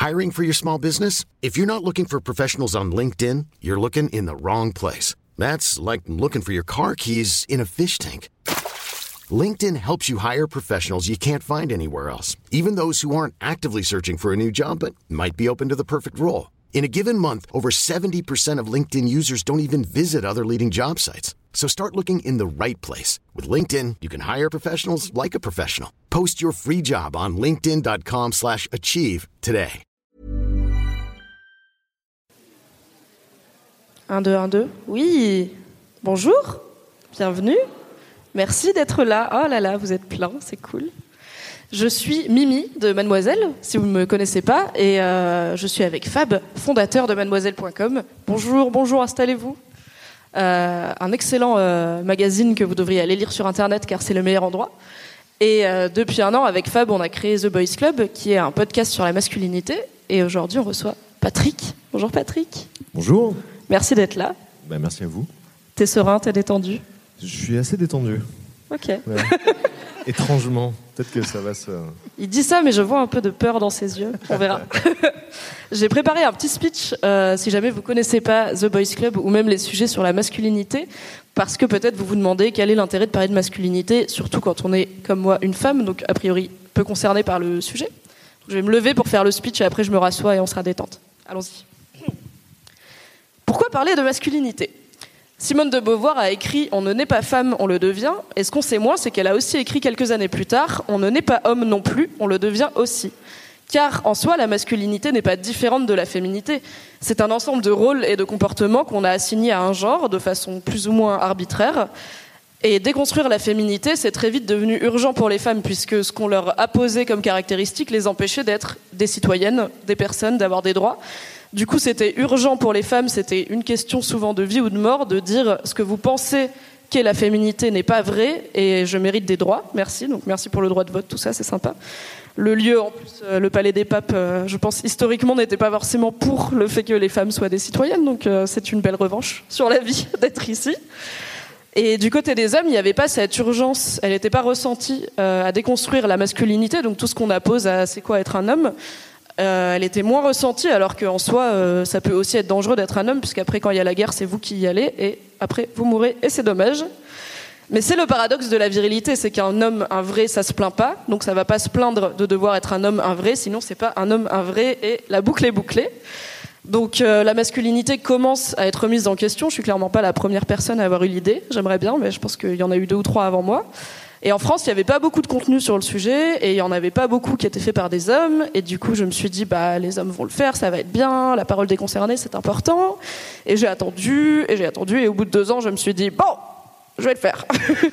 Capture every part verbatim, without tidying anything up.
Hiring for your small business? If you're not looking for professionals on LinkedIn, you're looking in the wrong place. That's like looking for your car keys in a fish tank. LinkedIn helps you hire professionals you can't find anywhere else, even those who aren't actively searching for a new job but might be open to the perfect role. In a given month, over seventy percent of LinkedIn users don't even visit other leading job sites. So start looking in the right place. With LinkedIn, you can hire professionals like a professional. Post your free job on linkedin.com slash achieve today. un, deux, un, deux. Oui. Bonjour. Bienvenue. Merci d'être là. Oh là là, vous êtes plein, c'est cool. Je suis Mimi de Mademoiselle, si vous ne me connaissez pas, et euh, je suis avec Fab, fondateur de mademoiselle point com. Bonjour, bonjour, installez-vous. Euh, un excellent euh, magazine que vous devriez aller lire sur Internet, car c'est le meilleur endroit. Et euh, depuis un an, avec Fab, on a créé The Boys Club, qui est un podcast sur la masculinité. Et aujourd'hui, on reçoit Patrick. Bonjour Patrick. Bonjour. Merci d'être là. Ben, merci à vous. T'es serein, t'es détendu? Je suis assez détendu. Ok. Ouais. Étrangement. Peut-être que ça va se... Il dit ça, mais je vois un peu de peur dans ses yeux. On verra. J'ai préparé un petit speech, euh, si jamais vous ne connaissez pas The Boys Club, ou même les sujets sur la masculinité, parce que peut-être vous vous demandez quel est l'intérêt de parler de masculinité, surtout quand on est, comme moi, une femme, donc a priori peu concernée par le sujet. Donc, je vais me lever pour faire le speech, et après je me rassois et on sera détente. Allons-y. Pourquoi parler de masculinité ? Simone de Beauvoir a écrit « On ne naît pas femme, on le devient ». Et ce qu'on sait moins, c'est qu'elle a aussi écrit quelques années plus tard « On ne naît pas homme non plus, on le devient aussi ». Car en soi, la masculinité n'est pas différente de la féminité. C'est un ensemble de rôles et de comportements qu'on a assignés à un genre de façon plus ou moins arbitraire. Et déconstruire la féminité, c'est très vite devenu urgent pour les femmes, puisque ce qu'on leur a posé comme caractéristique les empêchait d'être des citoyennes, des personnes, d'avoir des droits. Du coup, c'était urgent pour les femmes, c'était une question souvent de vie ou de mort, de dire ce que vous pensez qu'est la féminité n'est pas vrai, et je mérite des droits, merci, donc merci pour le droit de vote, tout ça, c'est sympa. Le lieu, en plus, euh, le Palais des Papes, euh, je pense, historiquement, n'était pas forcément pour le fait que les femmes soient des citoyennes, donc euh, c'est une belle revanche sur la vie d'être ici. Et du côté des hommes, il n'y avait pas cette urgence, elle n'était pas ressentie euh, à déconstruire la masculinité, donc tout ce qu'on appose à c'est quoi être un homme, Euh, elle était moins ressentie, alors qu'en soi, euh, ça peut aussi être dangereux d'être un homme, puisqu'après, quand il y a la guerre, c'est vous qui y allez, et après, vous mourrez, et c'est dommage. Mais c'est le paradoxe de la virilité, c'est qu'un homme, un vrai, ça se plaint pas, donc ça va pas se plaindre de devoir être un homme, un vrai, sinon c'est pas un homme, un vrai, et la boucle est bouclée. Donc euh, la masculinité commence à être remise en question, je suis clairement pas la première personne à avoir eu l'idée, j'aimerais bien, mais je pense qu'il y en a eu deux ou trois avant moi. Et en France, il n'y avait pas beaucoup de contenu sur le sujet, et il n'y en avait pas beaucoup qui étaient faits par des hommes, et du coup, je me suis dit, bah, les hommes vont le faire, ça va être bien, la parole des concernés, c'est important. Et j'ai attendu, et j'ai attendu, et au bout de deux ans, je me suis dit, bon, je vais le faire.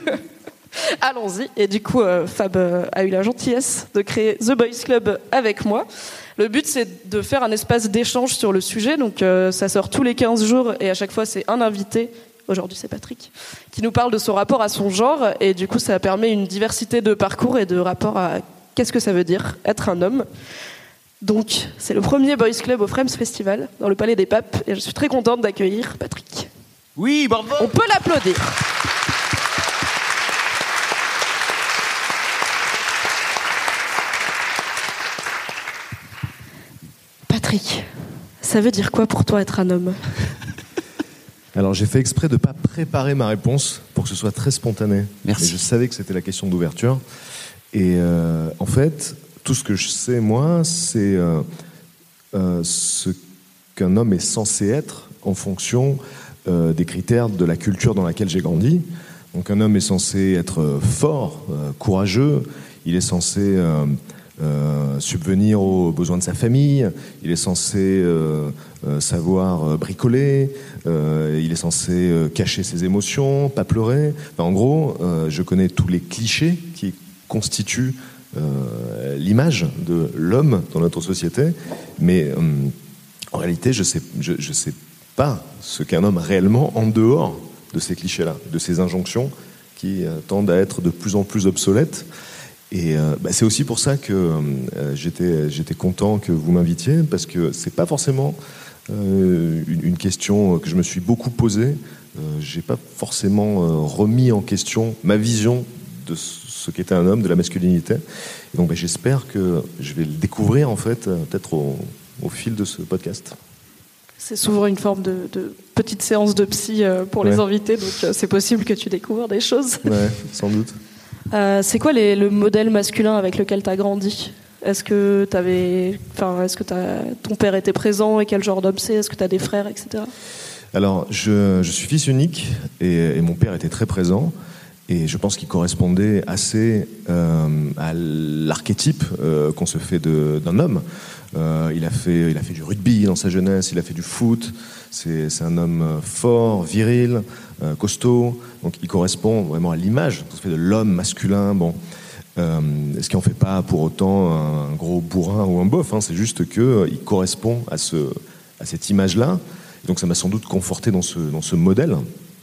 Allons-y. Et du coup, euh, Fab euh, a eu la gentillesse de créer The Boys Club avec moi. Le but, c'est de faire un espace d'échange sur le sujet, donc euh, ça sort tous les quinze jours, et à chaque fois, c'est un invité. Aujourd'hui, c'est Patrick, qui nous parle de son rapport à son genre. Et du coup, ça permet une diversité de parcours et de rapport à qu'est-ce que ça veut dire, être un homme. Donc, c'est le premier Boys Club au Frames Festival, dans le Palais des Papes. Et je suis très contente d'accueillir Patrick. Oui, bravo. On peut l'applaudir. Patrick, ça veut dire quoi pour toi être un homme ? Alors j'ai fait exprès de ne pas préparer ma réponse pour que ce soit très spontané. Merci. Mais je savais que c'était la question d'ouverture. Et euh, en fait, tout ce que je sais, moi, c'est euh, euh, ce qu'un homme est censé être en fonction euh, des critères de la culture dans laquelle j'ai grandi. Donc un homme est censé être fort, euh, courageux, il est censé euh, euh, subvenir aux besoins de sa famille, il est censé euh, euh, savoir euh, bricoler, euh, il est censé euh, cacher ses émotions, pas pleurer. Enfin, en gros, euh, je connais tous les clichés qui constituent euh, l'image de l'homme dans notre société, mais euh, en réalité, je sais, je, je sais pas ce qu'est un homme réellement en dehors de ces clichés-là, de ces injonctions qui euh, tendent à être de plus en plus obsolètes. Et euh, bah, c'est aussi pour ça que euh, j'étais, j'étais content que vous m'invitiez, parce que c'est pas forcément euh, une, une question que je me suis beaucoup posée. Euh, j'ai pas forcément euh, remis en question ma vision de ce qu'était un homme, de la masculinité. Et donc bah, j'espère que je vais le découvrir en fait, euh, peut-être au, au fil de ce podcast. C'est souvent une forme de, de petite séance de psy pour les ouais. invités, donc c'est possible que tu découvres des choses. Ouais, sans doute. Euh, c'est quoi les, le modèle masculin avec lequel tu as grandi ? Est-ce que, t'avais, enfin, est-ce que t'as, ton père était présent et quel genre d'homme c'est ? Est-ce que tu as des frères, et cetera ? Alors, je, je suis fils unique et, et mon père était très présent. Et je pense qu'il correspondait assez euh, à l'archétype euh, qu'on se fait de, d'un homme. Euh, il a fait, il a fait du rugby dans sa jeunesse, il a fait du foot. C'est, c'est un homme fort, viril, euh, costaud. Donc il correspond vraiment à l'image qu'on se fait de l'homme masculin. Bon, euh, ce qui en fait pas pour autant un gros bourrin ou un bof. Hein, c'est juste que euh, il correspond à ce, à cette image-là. Et donc ça m'a sans doute conforté dans ce, dans ce modèle.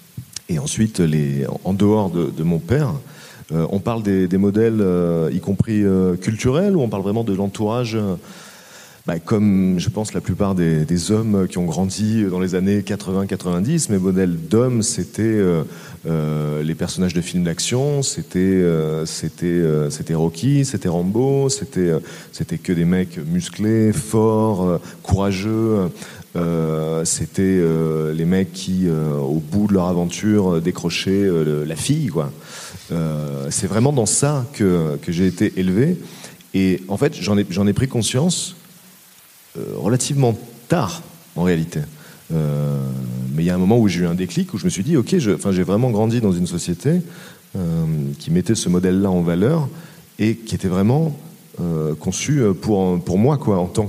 Et ensuite, les, en dehors de, de mon père, euh, on parle des, des modèles, euh, y compris euh, culturels, ou on parle vraiment de l'entourage, euh, bah, comme je pense la plupart des, des hommes qui ont grandi dans les années quatre-vingts quatre-vingt-dix. Mes modèles d'hommes, c'était euh, euh, les personnages de films d'action, c'était, euh, c'était, euh, c'était Rocky, c'était Rambo, c'était, euh, c'était que des mecs musclés, forts, euh, courageux. Euh, c'était euh, les mecs qui, euh, au bout de leur aventure, euh, décrochaient euh, la fille, quoi. Euh, c'est vraiment dans ça que, que j'ai été élevé. Et en fait, j'en ai, j'en ai pris conscience euh, relativement tard, en réalité. Euh, mais il y a un moment où j'ai eu un déclic, où je me suis dit, ok, je, enfin, j'ai vraiment grandi dans une société euh, qui mettait ce modèle-là en valeur et qui était vraiment euh, conçu pour, pour moi, quoi, en tant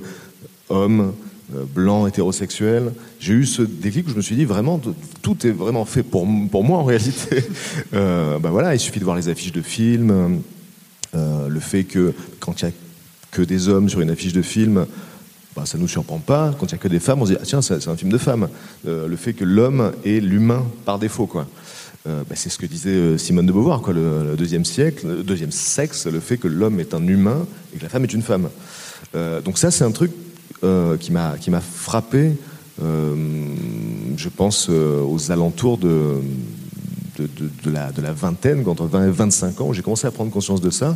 qu'homme, blanc, hétérosexuel. J'ai eu ce déclic où je me suis dit vraiment tout est vraiment fait pour, pour moi en réalité. euh, bah voilà, il suffit de voir les affiches de films, euh, le fait que quand il n'y a que des hommes sur une affiche de film, bah, ça ne nous surprend pas. Quand il n'y a que des femmes, on se dit ah tiens, c'est, c'est un film de femmes. Euh, le fait que l'homme est l'humain par défaut, quoi. Euh, bah, c'est ce que disait Simone de Beauvoir, quoi, le, le deuxième siècle, le deuxième sexe, le fait que l'homme est un humain et que la femme est une femme. Euh, donc ça, c'est un truc Euh, qui m'a qui m'a frappé, euh, je pense euh, aux alentours de de, de de la de la vingtaine, entre vingt et vingt-cinq ans, où j'ai commencé à prendre conscience de ça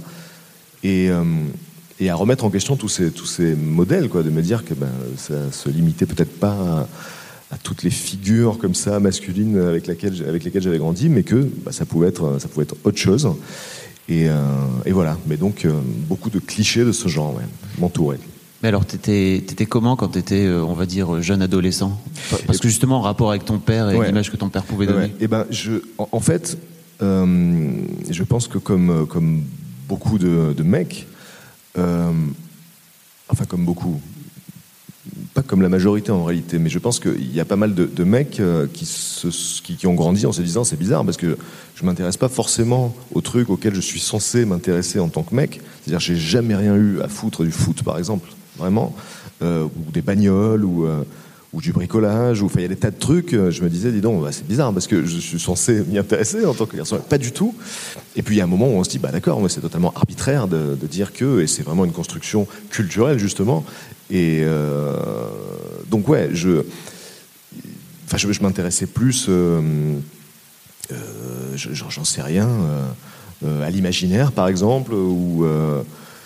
et euh, et à remettre en question tous ces tous ces modèles, quoi, de me dire que ben ça se limitait peut-être pas à, à toutes les figures comme ça masculines avec laquelle avec lesquelles j'avais grandi, mais que ben, ça pouvait être ça pouvait être autre chose. Et, euh, et voilà. Mais donc euh, beaucoup de clichés de ce genre, ouais, m'entouraient. Mais alors, t'étais, t'étais comment quand t'étais, on va dire, jeune adolescent ? Parce que justement, en rapport avec ton père et ouais. l'image que ton père pouvait donner. Ouais. Et ben, je, en, en fait, euh, je pense que comme, comme beaucoup de, de mecs, euh, enfin comme beaucoup, pas comme la majorité en réalité, mais je pense qu'il y a pas mal de, de mecs qui, se, qui, qui ont grandi en se disant c'est bizarre parce que je m'intéresse pas forcément aux trucs auxquels je suis censé m'intéresser en tant que mec. C'est-à-dire j'ai jamais rien eu à foutre du foot, par exemple. Vraiment, euh, ou des bagnoles, ou, euh, ou du bricolage, ou enfin il y a des tas de trucs. Je me disais, dis donc, bah, c'est bizarre parce que je suis censé m'y intéresser en tant que garçon, pas du tout. Et puis il y a un moment où on se dit, bah d'accord, c'est totalement arbitraire de, de dire que, et c'est vraiment une construction culturelle justement. Et euh, donc ouais, je, enfin je, je m'intéressais plus, euh, euh, je, j'en sais rien, euh, à l'imaginaire par exemple, ou euh,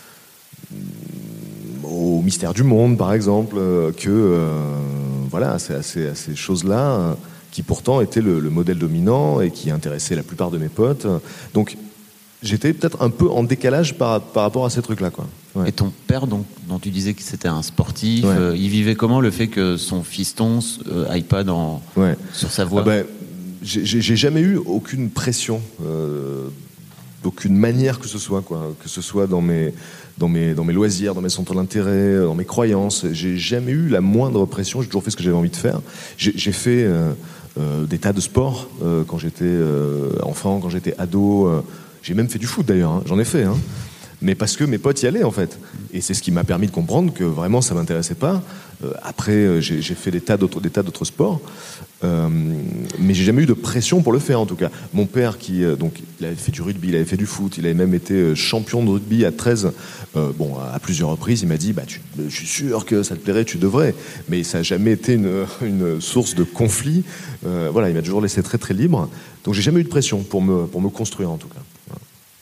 au mystère du monde, par exemple, euh, que euh, voilà, c'est à ces, à ces choses-là euh, qui pourtant étaient le, le modèle dominant et qui intéressaient la plupart de mes potes. Donc, j'étais peut-être un peu en décalage par, par rapport à ces trucs-là, quoi. Ouais. Et ton père, donc, dont tu disais que c'était un sportif, ouais. euh, il vivait comment le fait que son fiston euh, aille pas dans, ouais. sur sa voie ? ah ben, j'ai, j'ai jamais eu aucune pression, euh, d'aucune manière que ce soit, quoi. Que ce soit dans mes Dans mes, dans mes loisirs, dans mes centres d'intérêt, dans mes croyances. J'ai jamais eu la moindre pression, j'ai toujours fait ce que j'avais envie de faire. J'ai, j'ai fait euh, euh, des tas de sports euh, quand j'étais euh, enfant, quand j'étais ado. Euh, j'ai même fait du foot d'ailleurs, hein, j'en ai fait. Hein. Mais parce que mes potes y allaient en fait. Et c'est ce qui m'a permis de comprendre que vraiment ça m'intéressait pas. Euh, après, euh, j'ai, j'ai fait des tas d'autres, des tas d'autres sports. Euh, mais j'ai jamais eu de pression pour le faire en tout cas. Mon père qui euh, donc il avait fait du rugby, il avait fait du foot, il avait même été champion de rugby à treize, euh, bon à plusieurs reprises. Il m'a dit bah tu, je suis sûr que ça te plairait, tu devrais. Mais ça n'a jamais été une, une source de conflit. Euh, voilà, il m'a toujours laissé très très libre. Donc j'ai jamais eu de pression pour me pour me construire en tout cas. Voilà.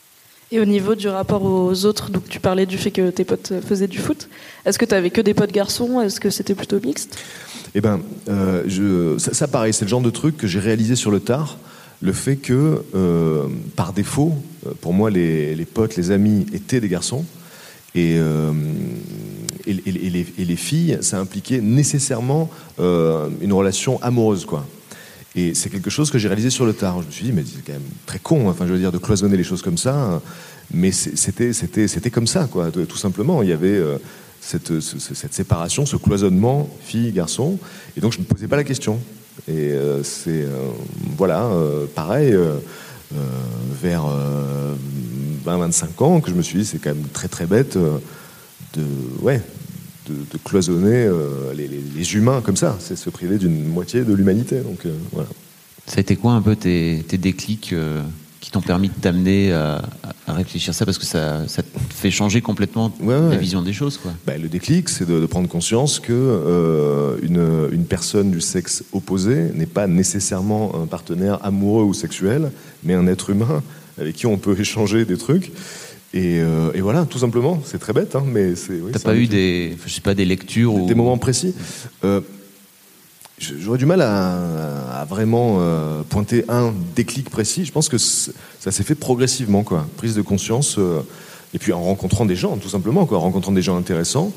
Et au niveau du rapport aux autres, donc tu parlais du fait que tes potes faisaient du foot. Est-ce que tu avais que des potes garçons? Est-ce que c'était plutôt mixte? Eh ben, euh, je, ça, ça pareil, c'est le genre de truc que j'ai réalisé sur le tard. Le fait que, euh, par défaut, pour moi, les, les potes, les amis étaient des garçons. Et, euh, et, et, et, les, et les filles, ça impliquait nécessairement euh, une relation amoureuse, quoi. Et c'est quelque chose que j'ai réalisé sur le tard. Je me suis dit, mais c'est quand même très con, enfin, je veux dire, de cloisonner les choses comme ça. Mais c'était, c'était, c'était comme ça, quoi, tout simplement. Il y avait euh, cette, ce, cette séparation, ce cloisonnement filles-garçons. Et donc, je ne me posais pas la question. Et euh, c'est, euh, voilà, euh, pareil, euh, euh, vers euh, vingt à vingt-cinq ans, que je me suis dit, c'est quand même très, très bête euh, de, ouais, de, de cloisonner euh, les, les, les humains comme ça. C'est se priver d'une moitié de l'humanité. Donc, euh, voilà. Ça a été quoi un peu tes, tes déclics euh, qui t'ont permis de t'amener à, à réfléchir ça, parce que ça, ça te fait changer complètement ouais, ouais. la vision des choses, quoi. Bah, le déclic, c'est de, de prendre conscience que euh, une, une personne du sexe opposé n'est pas nécessairement un partenaire amoureux ou sexuel, mais un être humain avec qui on peut échanger des trucs. Et, euh, et voilà, tout simplement, c'est très bête, hein, mais c'est. Oui, T'as c'est pas eu des, je sais pas, des lectures des, ou des moments précis. Euh, J'aurais du mal à, à vraiment euh, pointer un déclic précis. Je pense que ça s'est fait progressivement, quoi. Prise de conscience, euh, et puis en rencontrant des gens, tout simplement, quoi, en rencontrant des gens intéressants,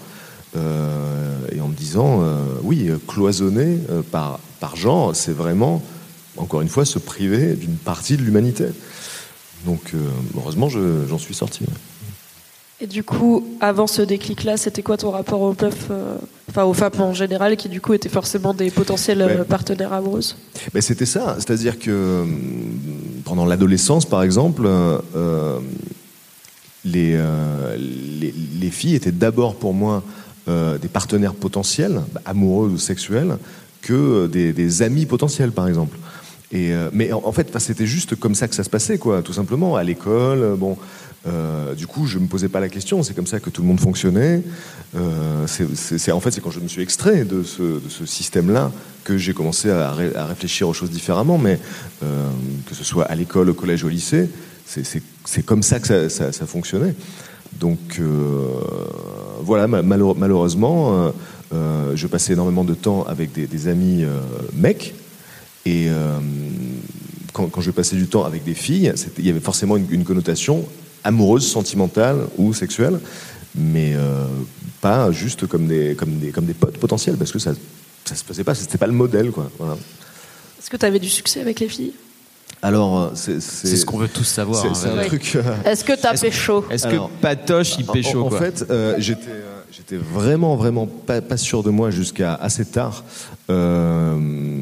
euh, et en me disant, euh, oui, cloisonner euh, par, par genre, c'est vraiment, encore une fois, se priver d'une partie de l'humanité. Donc, euh, heureusement, je, j'en suis sorti. Ouais. Et du coup, avant ce déclic-là, c'était quoi ton rapport aux puffs, euh, enfin aux femmes en général, qui du coup étaient forcément des potentiels euh, partenaires amoureuses? Ben, c'était ça, c'est-à-dire que pendant l'adolescence, par exemple, euh, les, euh, les, les filles étaient d'abord pour moi euh, des partenaires potentiels, amoureux ou sexuels, que des, des amis potentiels, par exemple. Et, euh, mais en, en fait, c'était juste comme ça que ça se passait, quoi, tout simplement, à l'école, bon... Euh, du coup, je me posais pas la question. C'est comme ça que tout le monde fonctionnait. Euh, c'est, c'est, c'est, en fait, c'est quand je me suis extrait de ce, de ce système-là que j'ai commencé à, ré, à réfléchir aux choses différemment. Mais euh, que ce soit à l'école, au collège, au lycée, c'est, c'est, c'est comme ça que ça, ça, ça fonctionnait. Donc euh, voilà, malheure, malheureusement, euh, euh, je passais énormément de temps avec des, des amis euh, mecs. Et euh, quand, quand je passais du temps avec des filles, il y avait forcément une, une connotation amoureuse, sentimentale ou sexuelle, mais euh, pas juste comme des, comme, des, comme des potes potentiels, parce que ça ne se faisait pas, c'était pas le modèle, quoi. Voilà. Est-ce que tu avais du succès avec les filles? Alors, c'est, c'est, c'est ce qu'on veut tous savoir. C'est, hein, c'est un ouais. truc. Euh, est-ce que t'as pécho? Est-ce Alors, que Patoche il pécho? En, en, quoi. en fait, euh, j'étais, euh, j'étais vraiment, vraiment pas, pas sûr de moi jusqu'à assez tard. Euh,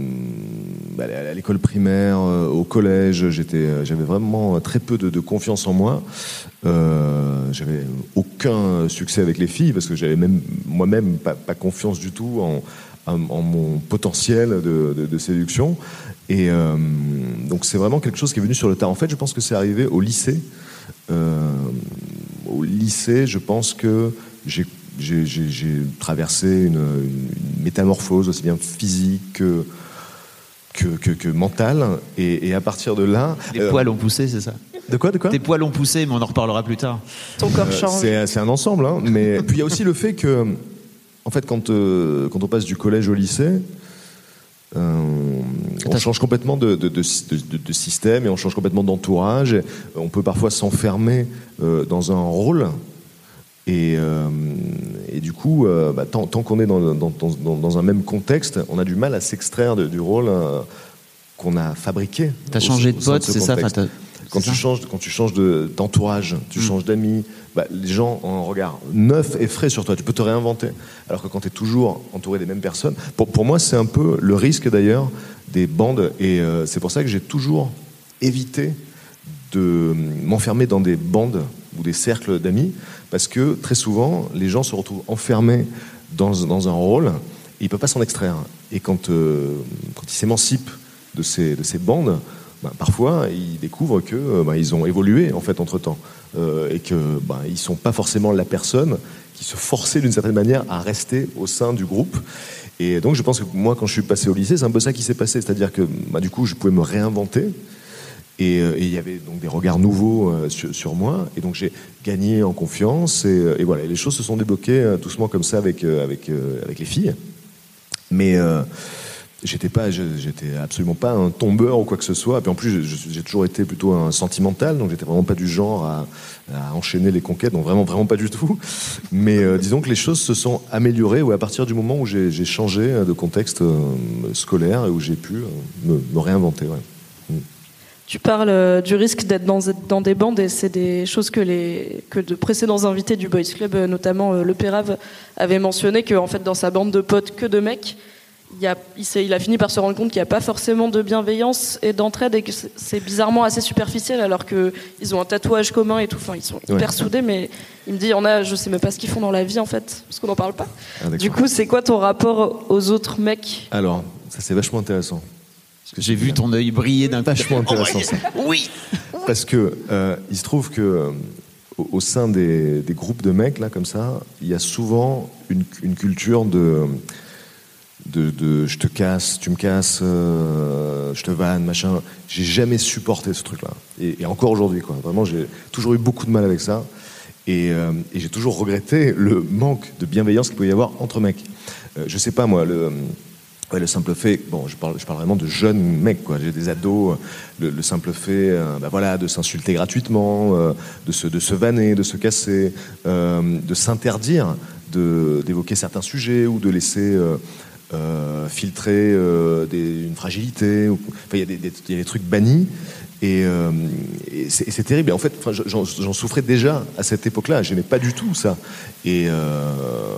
à l'école primaire, au collège, j'étais, j'avais vraiment très peu de, de confiance en moi. Euh, j'avais aucun succès avec les filles parce que j'avais même moi-même pas, pas confiance du tout en, en, en mon potentiel de, de, de séduction. Et euh, donc c'est vraiment quelque chose qui est venu sur le tard. En fait, je pense que c'est arrivé au lycée. Euh, au lycée, je pense que j'ai, j'ai, j'ai, j'ai traversé une, une métamorphose aussi bien physique que Que, que, que mental, et, et à partir de là... Les euh, poils ont poussé, c'est ça? De quoi, de quoi? Tes poils ont poussé, mais on en reparlera plus tard. Ton corps euh, change. C'est, c'est un ensemble, hein, mais puis il y a aussi le fait que, en fait, quand, euh, quand on passe du collège au lycée, euh, on change complètement de, de, de, de, de système, et on change complètement d'entourage, et on peut parfois s'enfermer euh, dans un rôle. Et, euh, et du coup, euh, bah, tant, tant qu'on est dans, dans, dans, dans un même contexte, on a du mal à s'extraire de, du rôle euh, qu'on a fabriqué. T'as changé de pote, c'est ça, enfin, quand, tu changes, quand tu changes de, d'entourage, tu mmh. changes d'amis, bah, les gens ont un regard neuf et frais sur toi. Tu peux te réinventer. Alors que quand tu es toujours entouré des mêmes personnes, pour, pour moi, c'est un peu le risque d'ailleurs des bandes. Et euh, c'est pour ça que j'ai toujours évité de m'enfermer dans des bandes ou des cercles d'amis, parce que très souvent, les gens se retrouvent enfermés dans, dans un rôle et ils ne peuvent pas s'en extraire. Et quand, euh, quand ils s'émancipent de ces, de ces bandes, ben, parfois, ils découvrent qu'ils ben, ont évolué en fait, entre-temps, euh, et qu'ils ben, ne sont pas forcément la personne qui se forçait d'une certaine manière à rester au sein du groupe. Et donc, je pense que moi, quand je suis passé au lycée, c'est un peu ça qui s'est passé. C'est-à-dire que ben, du coup, je pouvais me réinventer. Et il y avait donc des regards nouveaux euh, sur, sur moi, et donc j'ai gagné en confiance, et, et voilà, et les choses se sont débloquées euh, doucement comme ça avec, euh, avec, euh, avec les filles. Mais euh, j'étais pas, j'étais absolument pas un tombeur ou quoi que ce soit. Et puis en plus, j'ai toujours été plutôt un sentimental, donc j'étais vraiment pas du genre à, à enchaîner les conquêtes, donc vraiment, vraiment pas du tout. Mais euh, disons que les choses se sont améliorées ouais, à partir du moment où j'ai changé de contexte euh, scolaire et où j'ai pu euh, me, me réinventer. Ouais. Mm. Tu parles du risque d'être dans, dans des bandes, et c'est des choses que, les, que de précédents invités du Boys Club, notamment Le Pérave, avait mentionné, qu'en fait, dans sa bande de potes que de mecs, il, y a, il, il a fini par se rendre compte qu'il n'y a pas forcément de bienveillance et d'entraide, et que c'est bizarrement assez superficiel, alors qu'ils ont un tatouage commun et tout, enfin, ils sont hyper ouais. soudés, mais il me dit, il y en a, je sais même pas ce qu'ils font dans la vie, en fait, parce qu'on n'en parle pas. Ah, du coup, c'est quoi ton rapport aux autres mecs? Alors, ça c'est vachement intéressant. J'ai vu ton œil briller d'un coup. Vachement intéressant, ça. Oui. Parce que euh, il se trouve que euh, au, au sein des, des groupes de mecs là comme ça, il y a souvent une, une culture de, de de je te casse, tu me casses, euh, je te vanne, machin. J'ai jamais supporté ce truc-là. Et, et encore aujourd'hui, quoi. Vraiment, j'ai toujours eu beaucoup de mal avec ça. Et, euh, et j'ai toujours regretté le manque de bienveillance qu'il peut y avoir entre mecs. Euh, je sais pas moi le Ouais, le simple fait, bon, je parle, je parle vraiment de jeunes mecs, quoi. J'ai des ados. Le, le simple fait, euh, bah voilà, de s'insulter gratuitement, euh, de se, de se vanner, de se casser, euh, de s'interdire de d'évoquer certains sujets ou de laisser euh, euh, filtrer euh, des, une fragilité. Ou, enfin, il y a des, des, il y a des trucs bannis. Et, euh, et c'est terrible. Et en fait, j'en j'en souffrais déjà à cette époque-là. J'aimais pas du tout ça. Et, euh,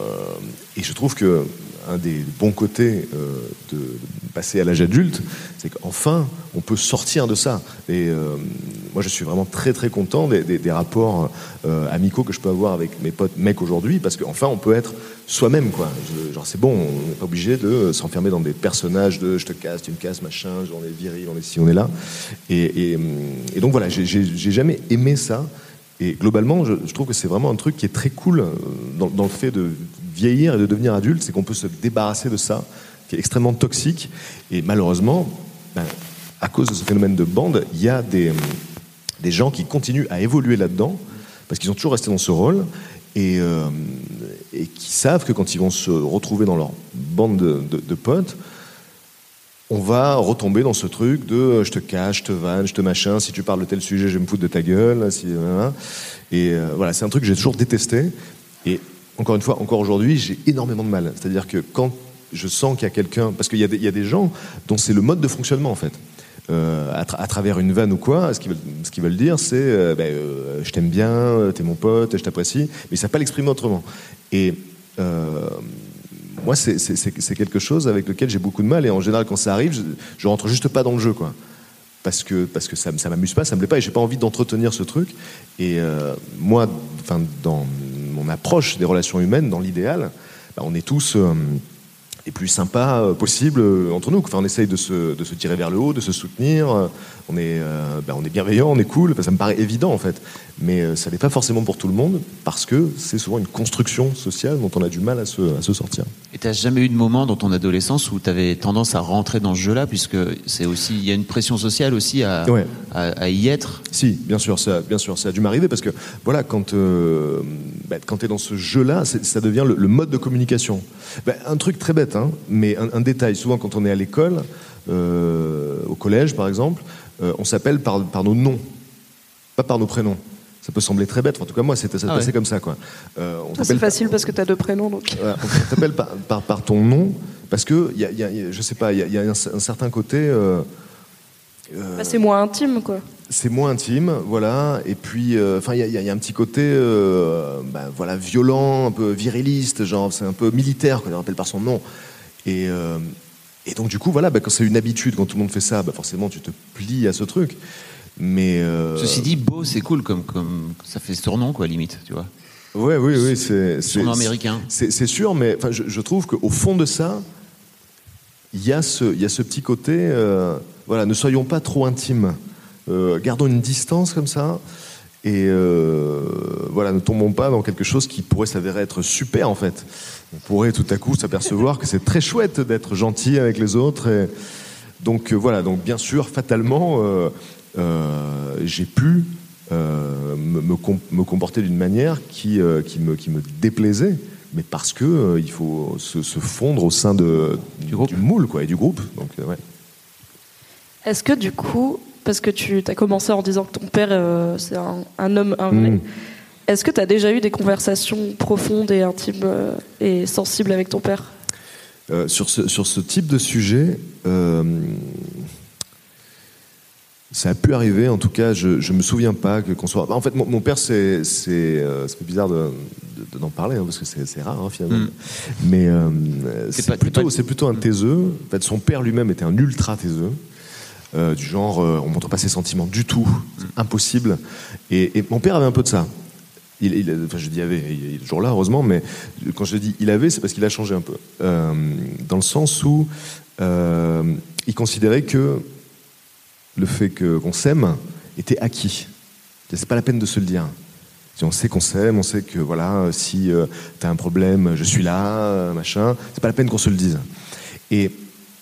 et je trouve que un des bons côtés euh, de passer à l'âge adulte, c'est qu'enfin, on peut sortir de ça. Et euh, moi, je suis vraiment très, très content des, des, des rapports euh, amicaux que je peux avoir avec mes potes mecs aujourd'hui, parce qu'enfin, on peut être soi-même, quoi. Je, genre, c'est bon, on n'est pas obligé de s'enfermer dans des personnages de « je te casse, tu me casses, machin, on est viril, on est ci, on est là ». Et, et, et donc, voilà, j'ai jamais aimé ça. Et globalement, je, je trouve que c'est vraiment un truc qui est très cool dans, dans le fait de vieillir et de devenir adulte, c'est qu'on peut se débarrasser de ça, qui est extrêmement toxique. Et malheureusement, ben, à cause de ce phénomène de bande, il y a des, des gens qui continuent à évoluer là-dedans, parce qu'ils ont toujours resté dans ce rôle, et, euh, et qui savent que quand ils vont se retrouver dans leur bande de, de, de potes, on va retomber dans ce truc de euh, je te cache, je te vanne, je te machin, si tu parles de tel sujet, je vais me foutre de ta gueule. Si, euh, et euh, voilà, c'est un truc que j'ai toujours détesté. Et encore une fois, encore aujourd'hui, j'ai énormément de mal. C'est-à-dire que quand je sens qu'il y a quelqu'un... Parce qu'il y, y a des gens dont c'est le mode de fonctionnement, en fait. Euh, à, tra à travers une vanne ou quoi, ce qu'ils veulent, ce qu'ils veulent dire, c'est euh, ben, euh, je t'aime bien, t'es mon pote, je t'apprécie, mais ils ne savent pas l'exprimer autrement. Et... Euh, moi, c'est quelque chose avec lequel j'ai beaucoup de mal, et en général, quand ça arrive, je, je rentre juste pas dans le jeu, quoi. Parce que, parce que ça, ça m'amuse pas, ça me plaît pas, et j'ai pas envie d'entretenir ce truc. Et euh, moi, enfin, dans mon approche des relations humaines, dans l'idéal, bah, on est tous euh, les plus sympas euh, possibles euh, entre nous. Enfin, on essaye de se, de se tirer vers le haut, de se soutenir. Euh, on est, euh, bah, on est bienveillant, on est cool. Enfin, ça me paraît évident, en fait. Mais euh, ça n'est pas forcément pour tout le monde, parce que c'est souvent une construction sociale dont on a du mal à se, à se sortir. Et t'as jamais eu de moment dans ton adolescence où t'avais tendance à rentrer dans ce jeu-là, puisque c'est aussi, il y a une pression sociale aussi à, ouais. à, à y être. Si, bien sûr, ça, bien sûr, ça a dû m'arriver, parce que voilà, quand, euh, bah, quand t'es dans ce jeu-là, ça devient le, le mode de communication. Bah, un truc très bête, hein, mais un, un détail. Souvent, quand on est à l'école, euh, au collège, par exemple, euh, on s'appelle par, par nos noms, pas par nos prénoms. Ça peut sembler très bête, enfin, en tout cas moi ça se ah passait ouais. comme ça, quoi. Euh, c'est facile par... parce que tu as deux prénoms, donc. Euh, on t'appelle par, par, par ton nom, parce que y a, y a, je sais pas, il y a, y a un, un certain côté. Euh, euh, bah, c'est moins intime, quoi. C'est moins intime, voilà. Et puis, enfin, euh, il y, y, y a un petit côté, euh, bah, voilà, violent, un peu viriliste, genre c'est un peu militaire, qu'on appelle par son nom. Et, euh, et donc du coup, voilà, bah, quand c'est une habitude, quand tout le monde fait ça, bah, forcément tu te plies à ce truc. Mais euh... ceci dit, beau, c'est cool, comme, comme ça fait surnom, quoi, limite, tu vois. Ouais, oui, oui, c'est surnom américain. C'est sûr, mais enfin, je, je trouve qu'au fond de ça, il y a ce, il y a ce petit côté, euh, voilà, ne soyons pas trop intimes, euh, gardons une distance comme ça, et euh, voilà, ne tombons pas dans quelque chose qui pourrait s'avérer être super, en fait. On pourrait tout à coup s'apercevoir que c'est très chouette d'être gentil avec les autres. Et donc euh, voilà, donc bien sûr, fatalement. Euh, euh, j'ai pu euh, me, me, com- me comporter d'une manière qui, euh, qui, me, qui me déplaisait, mais parce que euh, il faut se, se fondre au sein de, du, du moule, quoi, et du groupe. Donc, euh, ouais. Est-ce que du coup, parce que tu as commencé en disant que ton père euh, c'est un, un homme, un vrai, mmh. est-ce que tu as déjà eu des conversations profondes et intimes euh, et sensibles avec ton père ? euh, sur, ce, sur ce type de sujet, euh, ça a pu arriver. En tout cas, je ne me souviens pas que, qu'on soit... En fait, mon, mon père, c'est, c'est, euh, c'est bizarre de, de, d'en parler, hein, parce que c'est, c'est rare, hein, finalement. Mmh. Mais euh, c'est, c'est, pas, plutôt, pas... c'est plutôt un taiseux. En fait, son père lui-même était un ultra taiseux. Euh, du genre, euh, on montre pas ses sentiments du tout, c'est impossible. Et, et mon père avait un peu de ça. Il, il, enfin, je dis avait, il est toujours là, heureusement, mais quand je dis il avait, c'est parce qu'il a changé un peu. Euh, dans le sens où euh, il considérait que le fait que, qu'on s'aime était acquis. C'est pas la peine de se le dire. On sait qu'on s'aime, on sait que voilà, si euh, t'as un problème, je suis là, machin. C'est pas la peine qu'on se le dise. Et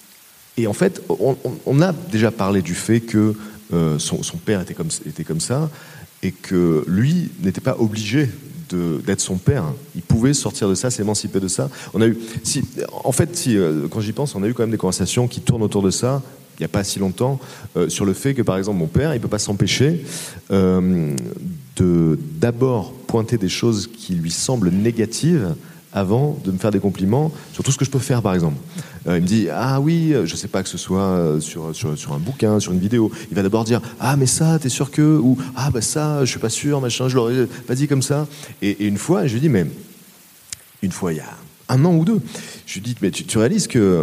Et en fait, on, on a déjà parlé du fait que euh, son, son père était comme, était comme ça, et que lui n'était pas obligé de, d'être son père. Il pouvait sortir de ça, s'émanciper de ça. On a eu, si, en fait, si, euh, quand j'y pense, on a eu quand même des conversations qui tournent autour de ça, il n'y a pas si longtemps, euh, sur le fait que, par exemple, mon père, il ne peut pas s'empêcher euh, de d'abord pointer des choses qui lui semblent négatives avant de me faire des compliments sur tout ce que je peux faire, par exemple. Euh, il me dit, ah oui, je sais pas, que ce soit sur, sur, sur un bouquin, sur une vidéo, il va d'abord dire, ah mais ça, t'es sûr que, ou ah bah ça, je suis pas sûr, machin, je l'aurais pas dit comme ça. Et, et une fois, je lui dis, mais une fois, il y a un an ou deux, je lui dis, mais tu, tu réalises que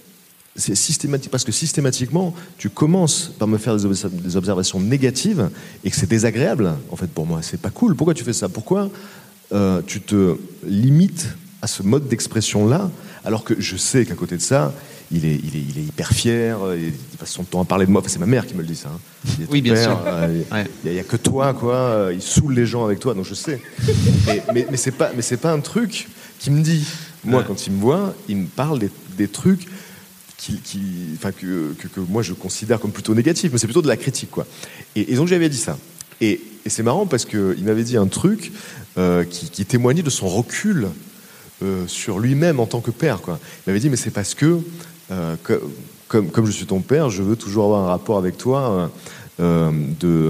c'est systématique, parce que systématiquement, tu commences par me faire des, obs- des observations négatives et que c'est désagréable, en fait, pour moi. C'est pas cool. Pourquoi tu fais ça ? Pourquoi Euh, tu te limites à ce mode d'expression-là, alors que je sais qu'à côté de ça, il est, il est, il est hyper fier, il passe son temps à parler de moi. Enfin, c'est ma mère qui me le dit, ça. Hein. Il oui, bien père, sûr. Euh, ouais. Il n'y a, a que toi, quoi. Il saoule les gens avec toi, donc je sais. mais, mais, mais, c'est pas, mais c'est pas un truc qui me dit. Moi, ouais. Quand il me voit, il me parle des, des trucs qui, qui, enfin, que, que, que moi, je considère comme plutôt négatifs, mais c'est plutôt de la critique, quoi. Et, et donc, j'avais dit ça. Et, et c'est marrant parce qu'il m'avait dit un truc euh, qui, qui témoignait de son recul euh, sur lui-même en tant que père, quoi. Il m'avait dit, mais c'est parce que, euh, que comme, comme je suis ton père, je veux toujours avoir un rapport avec toi euh, de,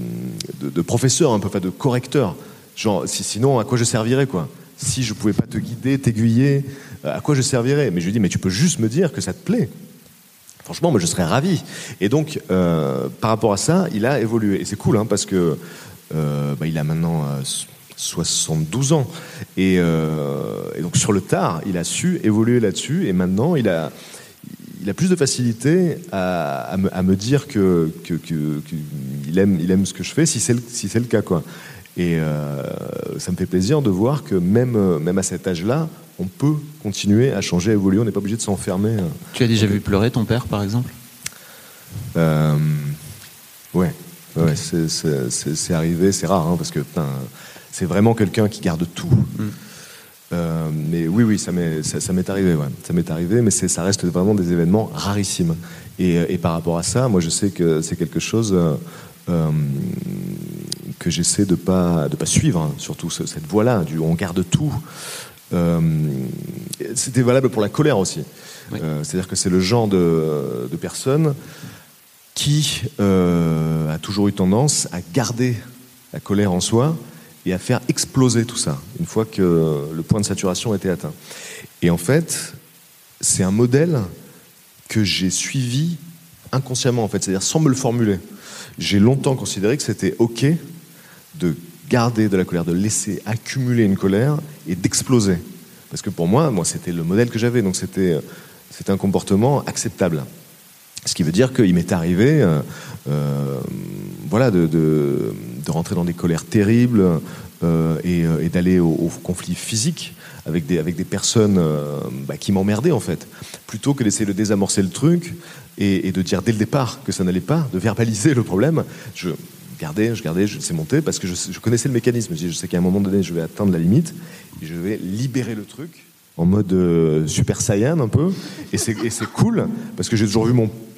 de, de professeur, un peu, enfin de correcteur. Genre, si, sinon, à quoi je servirais, quoi ? Si je pouvais pas te guider, t'aiguiller, à quoi je servirais ? Mais je lui dis, mais tu peux juste me dire que ça te plaît. Franchement, moi, je serais ravi. Et donc, euh, par rapport à ça, il a évolué. Et c'est cool, hein, parce que euh, bah, il a maintenant euh, soixante-douze ans. Et, euh, et donc, sur le tard, il a su évoluer là-dessus. Et maintenant, il a, il a plus de facilité à, à, me, à me dire que, que, que, qu'il aime, il aime ce que je fais, si c'est le, si c'est le cas, quoi. Et euh, ça me fait plaisir de voir que même, même à cet âge-là, on peut continuer à changer, à évoluer. On n'est pas obligé de s'enfermer. Tu as déjà vu pleurer ton père, par exemple ? euh, Ouais, ouais okay. c'est, c'est, c'est, c'est arrivé. C'est rare, hein, parce que putain, c'est vraiment quelqu'un qui garde tout. Mm. Euh, mais oui, oui, ça m'est, ça, ça m'est arrivé. Ouais. Ça m'est arrivé, mais c'est, ça reste vraiment des événements rarissimes. Et, et par rapport à ça, moi, je sais que c'est quelque chose euh, euh, que j'essaie de pas, de pas suivre, hein, surtout ce, cette voie-là, du on garde tout. Euh, c'était valable pour la colère aussi. Oui. Euh, c'est-à-dire que c'est le genre de, de personne qui euh, a toujours eu tendance à garder la colère en soi et à faire exploser tout ça une fois que le point de saturation a été atteint. Et en fait, c'est un modèle que j'ai suivi inconsciemment, en fait, c'est-à-dire sans me le formuler. J'ai longtemps considéré que c'était OK de garder de la colère, de laisser accumuler une colère et d'exploser. Parce que pour moi, moi c'était le modèle que j'avais, donc c'était, c'était un comportement acceptable. Ce qui veut dire qu'il m'est arrivé euh, euh, voilà, de, de, de rentrer dans des colères terribles euh, et, et d'aller au, au conflit physique avec des, avec des personnes euh, bah, qui m'emmerdaient, en fait. Plutôt que d'essayer de désamorcer le truc et, et de dire dès le départ que ça n'allait pas, de verbaliser le problème, je... Je gardais, je gardais, je laissais monter parce que je, je connaissais le mécanisme. Je, je sais qu'à un moment donné, je vais atteindre la limite et je vais libérer le truc en mode euh, super saiyan un peu. Et c'est, et c'est cool parce que j'ai toujours vu mon,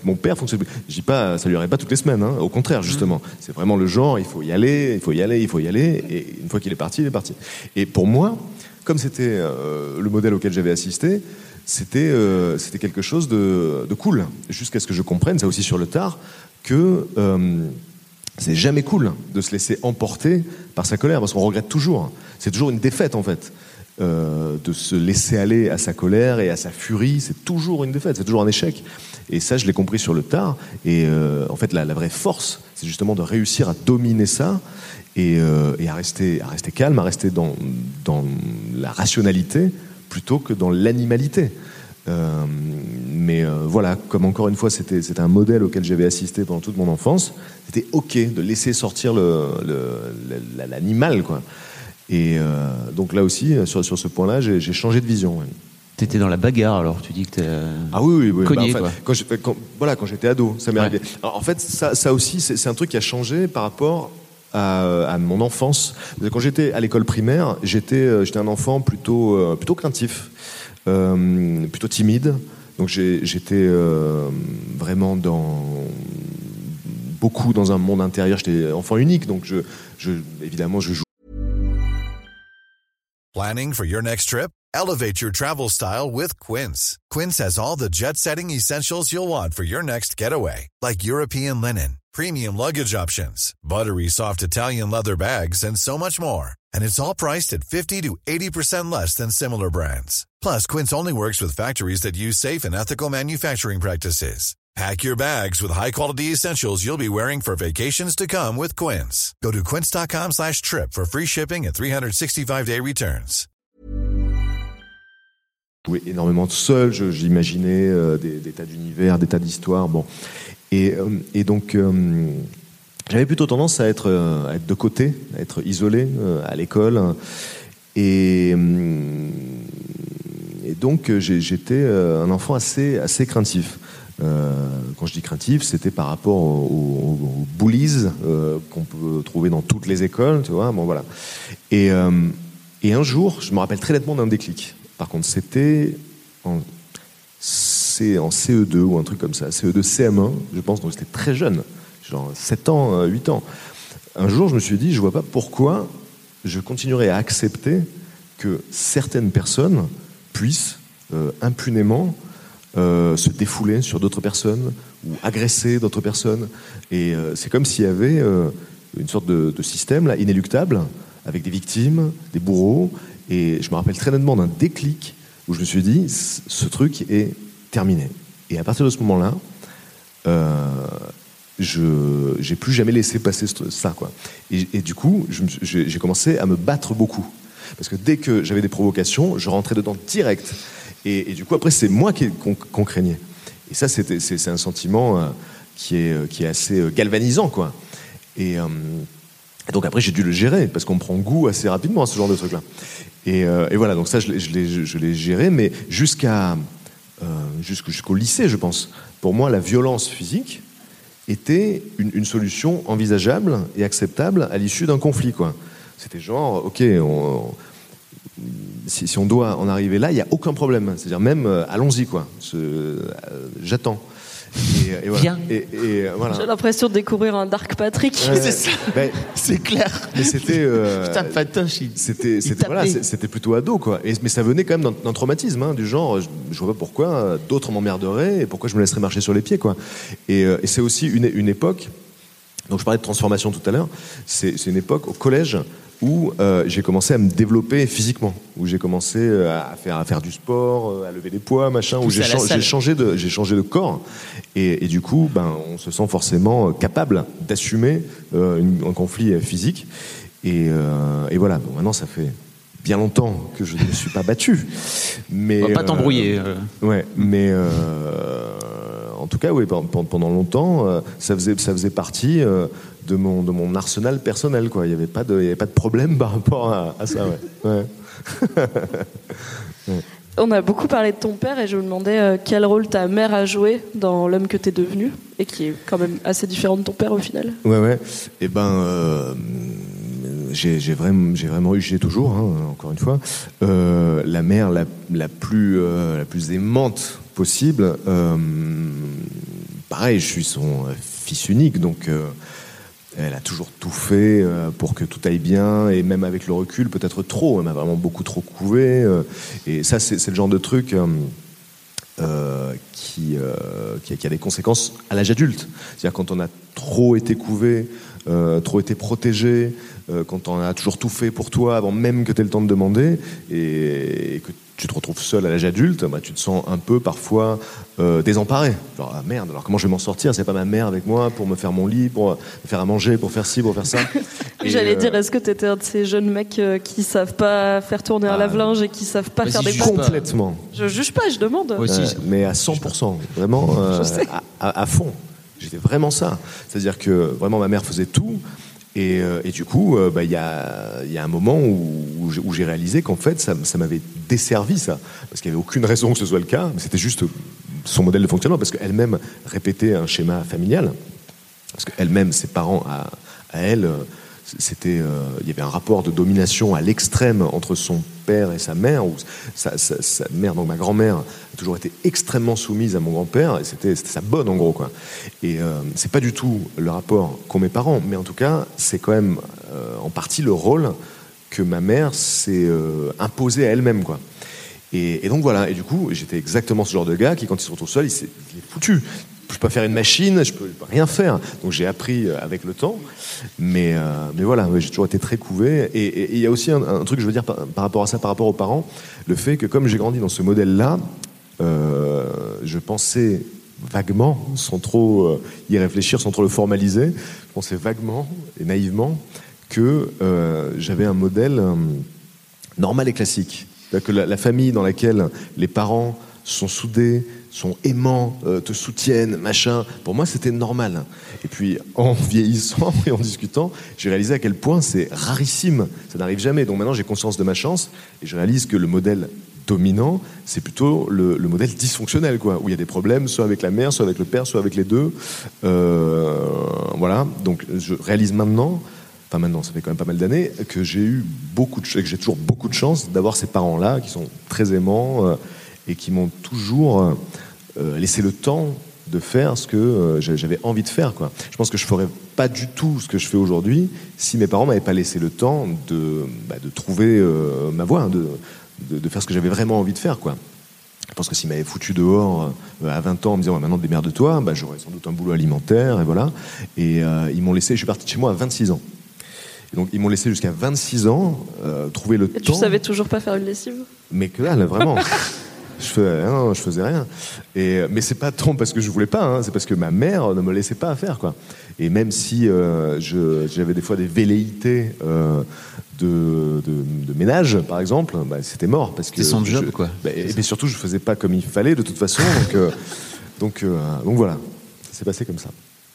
mon père fonctionne. Je dis pas, ça lui arrive pas toutes les semaines. Hein, au contraire, justement, mmh. c'est vraiment le genre, il faut y aller, il faut y aller, il faut y aller. Et une fois qu'il est parti, il est parti. Et pour moi, comme c'était euh, le modèle auquel j'avais assisté, c'était euh, c'était quelque chose de, de cool. Jusqu'à ce que je comprenne, ça aussi sur le tard, que euh, c'est jamais cool de se laisser emporter par sa colère, parce qu'on regrette toujours. C'est toujours une défaite, en fait. Euh, de se laisser aller à sa colère et à sa furie, c'est toujours une défaite, c'est toujours un échec. Et ça, je l'ai compris sur le tard. Et euh, en fait, la, la vraie force, c'est justement de réussir à dominer ça et, euh, et à, rester, à rester calme, à rester dans, dans la rationalité plutôt que dans l'animalité. Euh, mais euh, voilà, comme encore une fois, c'était, c'était un modèle auquel j'avais assisté pendant toute mon enfance, c'était OK de laisser sortir le, le, le, l'animal, quoi. Et euh, donc là aussi, sur, sur ce point-là, j'ai, j'ai changé de vision. Ouais. T'étais dans la bagarre, alors tu dis que t'es ah oui, oui, oui. cogné, bah, en fait, quand, je, quand, voilà, quand j'étais ado, ça m'est ouais. arrivé. Alors, en fait, ça, ça aussi, c'est, c'est un truc qui a changé par rapport à, à mon enfance. Quand j'étais à l'école primaire, j'étais, j'étais un enfant plutôt, euh, plutôt craintif, euh, plutôt timide. Donc j'ai, j'étais euh, vraiment dans beaucoup dans un monde intérieur. J'étais enfant unique, donc je, je évidemment, je jouais. Planning for your next trip? Elevate your travel style with Quince. Quince has all the jet-setting essentials you'll want for your next getaway, like European linen, premium luggage options, buttery soft Italian leather bags, and so much more. And it's all priced at fifty to eighty percent less than similar brands. Plus, Quince only works with factories that use safe and ethical manufacturing practices. Pack your bags with high-quality essentials you'll be wearing for vacations to come with Quince. Go to quince.com slash trip for free shipping and three sixty-five day returns. Je jouais énormément seul, je, j'imaginais euh, des, des tas d'univers, des tas d'histoires. Bon. Et, euh, et donc, euh, j'avais plutôt tendance à être, euh, à être de côté, à être isolé euh, à l'école. Et, euh, et donc, j'ai, j'étais euh, un enfant assez, assez craintif. Euh, quand je dis craintif, c'était par rapport aux, aux, aux bullies euh, qu'on peut trouver dans toutes les écoles, tu vois. Bon, voilà. Et, euh, et un jour, je me rappelle très nettement d'un déclic. Par contre, c'était en, C, en C E deux ou un truc comme ça, C E deux, C M un, je pense, donc j'étais très jeune, genre sept ans, huit ans. Un jour, je me suis dit, je vois pas pourquoi je continuerais à accepter que certaines personnes puissent euh, impunément Euh, se défouler sur d'autres personnes ou agresser d'autres personnes. Et euh, c'est comme s'il y avait euh, une sorte de, de système là, inéluctable, avec des victimes, des bourreaux. Et je me rappelle très nettement d'un déclic où je me suis dit, ce truc est terminé. Et à partir de ce moment-là, euh, je j'ai plus jamais laissé passer ça, quoi. Et, et du coup, je me, j'ai, j'ai commencé à me battre beaucoup. Parce que dès que j'avais des provocations, je rentrais dedans direct. Et, et du coup, après, c'est moi qui, qu'on, qu'on craignait. Et ça, c'était, c'est, c'est un sentiment euh, qui, est, qui est assez galvanisant, quoi. Et, euh, et donc après, j'ai dû le gérer, parce qu'on prend goût assez rapidement à ce genre de truc-là. Et, euh, et voilà, donc ça, je l'ai, je l'ai, je l'ai géré, mais jusqu'à, euh, jusqu'au lycée, je pense. Pour moi, la violence physique était une, une solution envisageable et acceptable à l'issue d'un conflit, quoi. C'était genre, ok, on... Si, si on doit en arriver là, il n'y a aucun problème. C'est-à-dire même, euh, allons-y, quoi. Ce, euh, j'attends. Et, et voilà. Viens. Et, et, voilà. J'ai l'impression de découvrir un Dark Patrick. Ouais, c'est ça. Ben, c'est clair. Mais c'était. Euh, Putain, Patoche, il, c'était, c'était, il voilà, c'était plutôt ado, quoi. Et, mais ça venait quand même d'un, d'un traumatisme, hein, du genre, je, je vois pas pourquoi d'autres m'emmerderaient et pourquoi je me laisserais marcher sur les pieds, quoi. Et, euh, et c'est aussi une, une époque. Donc je parlais de transformation tout à l'heure. C'est, c'est une époque au collège où euh, j'ai commencé à me développer physiquement, où j'ai commencé à faire, à faire du sport, à lever des poids, machin, où j'ai, cha- j'ai, changé de, j'ai changé de corps. Et, et du coup, ben, on se sent forcément capable d'assumer euh, une, un conflit physique. Et, euh, et voilà, bon, maintenant ça fait bien longtemps que je ne me suis pas battu. Mais, on va pas t'embrouiller. Euh, ouais, mais... Euh, en tout cas, oui, pendant longtemps, euh, ça faisait, ça faisait partie euh, de, mon, de mon arsenal personnel, quoi. Il n'y avait pas de, il y avait pas de problème par rapport à, à ça, ouais. Ouais. Ouais. On a beaucoup parlé de ton père et je me demandais euh, quel rôle ta mère a joué dans l'homme que tu es devenu et qui est quand même assez différent de ton père au final. Ouais, ouais. Eh ben, euh, j'ai, j'ai, vraiment, j'ai vraiment eu, j'ai toujours, hein, encore une fois, euh, la mère la, la, plus, euh, la plus aimante possible, euh, pareil, je suis son fils unique, donc euh, elle a toujours tout fait euh, pour que tout aille bien, et même avec le recul, peut-être trop. Elle m'a vraiment beaucoup trop couvé. Euh, et ça, c'est, c'est le genre de truc euh, euh, qui, euh, qui, a, qui a des conséquences à l'âge adulte. C'est-à-dire quand on a trop été couvé, euh, trop été protégé, euh, quand on a toujours tout fait pour toi avant même que tu aies le temps de demander, et, et que tu te retrouves seul à l'âge adulte, bah, tu te sens un peu parfois euh, désemparé. Genre, ah merde, alors comment je vais m'en sortir? C'est pas ma mère avec moi pour me faire mon lit, pour me faire à manger, pour faire ci, pour faire ça. Et J'allais euh... dire, est-ce que tu étais un de ces jeunes mecs euh, qui savent pas faire tourner ah, un lave-linge et qui savent pas faire si des pâtes? Complètement. Je juge pas, je demande. Euh, mais à cent pour cent, vraiment, euh, à, à, à fond. J'étais vraiment ça. C'est-à-dire que vraiment ma mère faisait tout. Et, euh, et du coup, il euh, bah, y, a, y a un moment où, où j'ai réalisé qu'en fait, ça, ça m'avait desservi, ça. Parce qu'il n'y avait aucune raison que ce soit le cas, mais c'était juste son modèle de fonctionnement, parce qu'elle-même répétait un schéma familial. Parce qu'elle-même, ses parents, à, à elle, c'était, euh, il y avait un rapport de domination à l'extrême entre son père et sa mère, où sa, sa, sa mère, donc ma grand-mère, a toujours été extrêmement soumise à mon grand-père, et c'était, c'était sa bonne en gros, quoi. Et euh, c'est pas du tout le rapport qu'ont mes parents, mais en tout cas, c'est quand même euh, en partie le rôle que ma mère s'est euh, imposé à elle-même, quoi. Et, et donc voilà, et du coup, j'étais exactement ce genre de gars qui, quand il se retrouve seul, il, s'est, il est foutu. Je peux pas faire une machine, je peux, je peux rien faire. Donc j'ai appris avec le temps, mais euh, mais voilà, j'ai toujours été très couvé. Et il y a aussi un, un truc, je veux dire, par, par rapport à ça, par rapport aux parents, le fait que comme j'ai grandi dans ce modèle-là, euh, je pensais vaguement, sans trop euh, y réfléchir, sans trop le formaliser, je pensais vaguement et naïvement que euh, j'avais un modèle euh, normal et classique. C'est-à-dire que la, la famille dans laquelle les parents sont soudés, sont aimants, euh, te soutiennent, machin. Pour moi, c'était normal. Et puis, en vieillissant et en discutant, j'ai réalisé à quel point c'est rarissime. Ça n'arrive jamais. Donc maintenant, j'ai conscience de ma chance et je réalise que le modèle dominant, c'est plutôt le, le modèle dysfonctionnel, quoi, où il y a des problèmes, soit avec la mère, soit avec le père, soit avec les deux. Euh, voilà. Donc, je réalise maintenant, enfin maintenant, ça fait quand même pas mal d'années, que j'ai eu beaucoup de, que j'ai toujours beaucoup de chance d'avoir ces parents-là qui sont très aimants euh, et qui m'ont toujours euh, laissé le temps de faire ce que euh, j'avais envie de faire, quoi. Je pense que je ferais pas du tout ce que je fais aujourd'hui si mes parents m'avaient pas laissé le temps de, bah, de trouver euh, ma voie, de, de, de faire ce que j'avais vraiment envie de faire, quoi. Je pense que s'ils m'avaient foutu dehors euh, à vingt ans en me disant ouais, maintenant démerde-toi, bah, j'aurais sans doute un boulot alimentaire, et voilà. Et euh, ils m'ont laissé, je suis parti de chez moi à vingt-six ans. Et donc ils m'ont laissé jusqu'à vingt-six ans euh, trouver le et temps. Tu savais toujours pas faire une lessive? Mais que là, là vraiment. Je faisais rien, je faisais rien. Et, mais c'est pas tant parce que je voulais pas, hein, c'est parce que ma mère ne me laissait pas faire, quoi. Et même si euh, je, j'avais des fois des velléités euh, de, de, de ménage, par exemple, bah, c'était mort parce que c'est son job, je, quoi. Bah, et, et surtout, je faisais pas comme il fallait de toute façon. Donc, euh, donc, euh, donc voilà, ça s'est passé comme ça.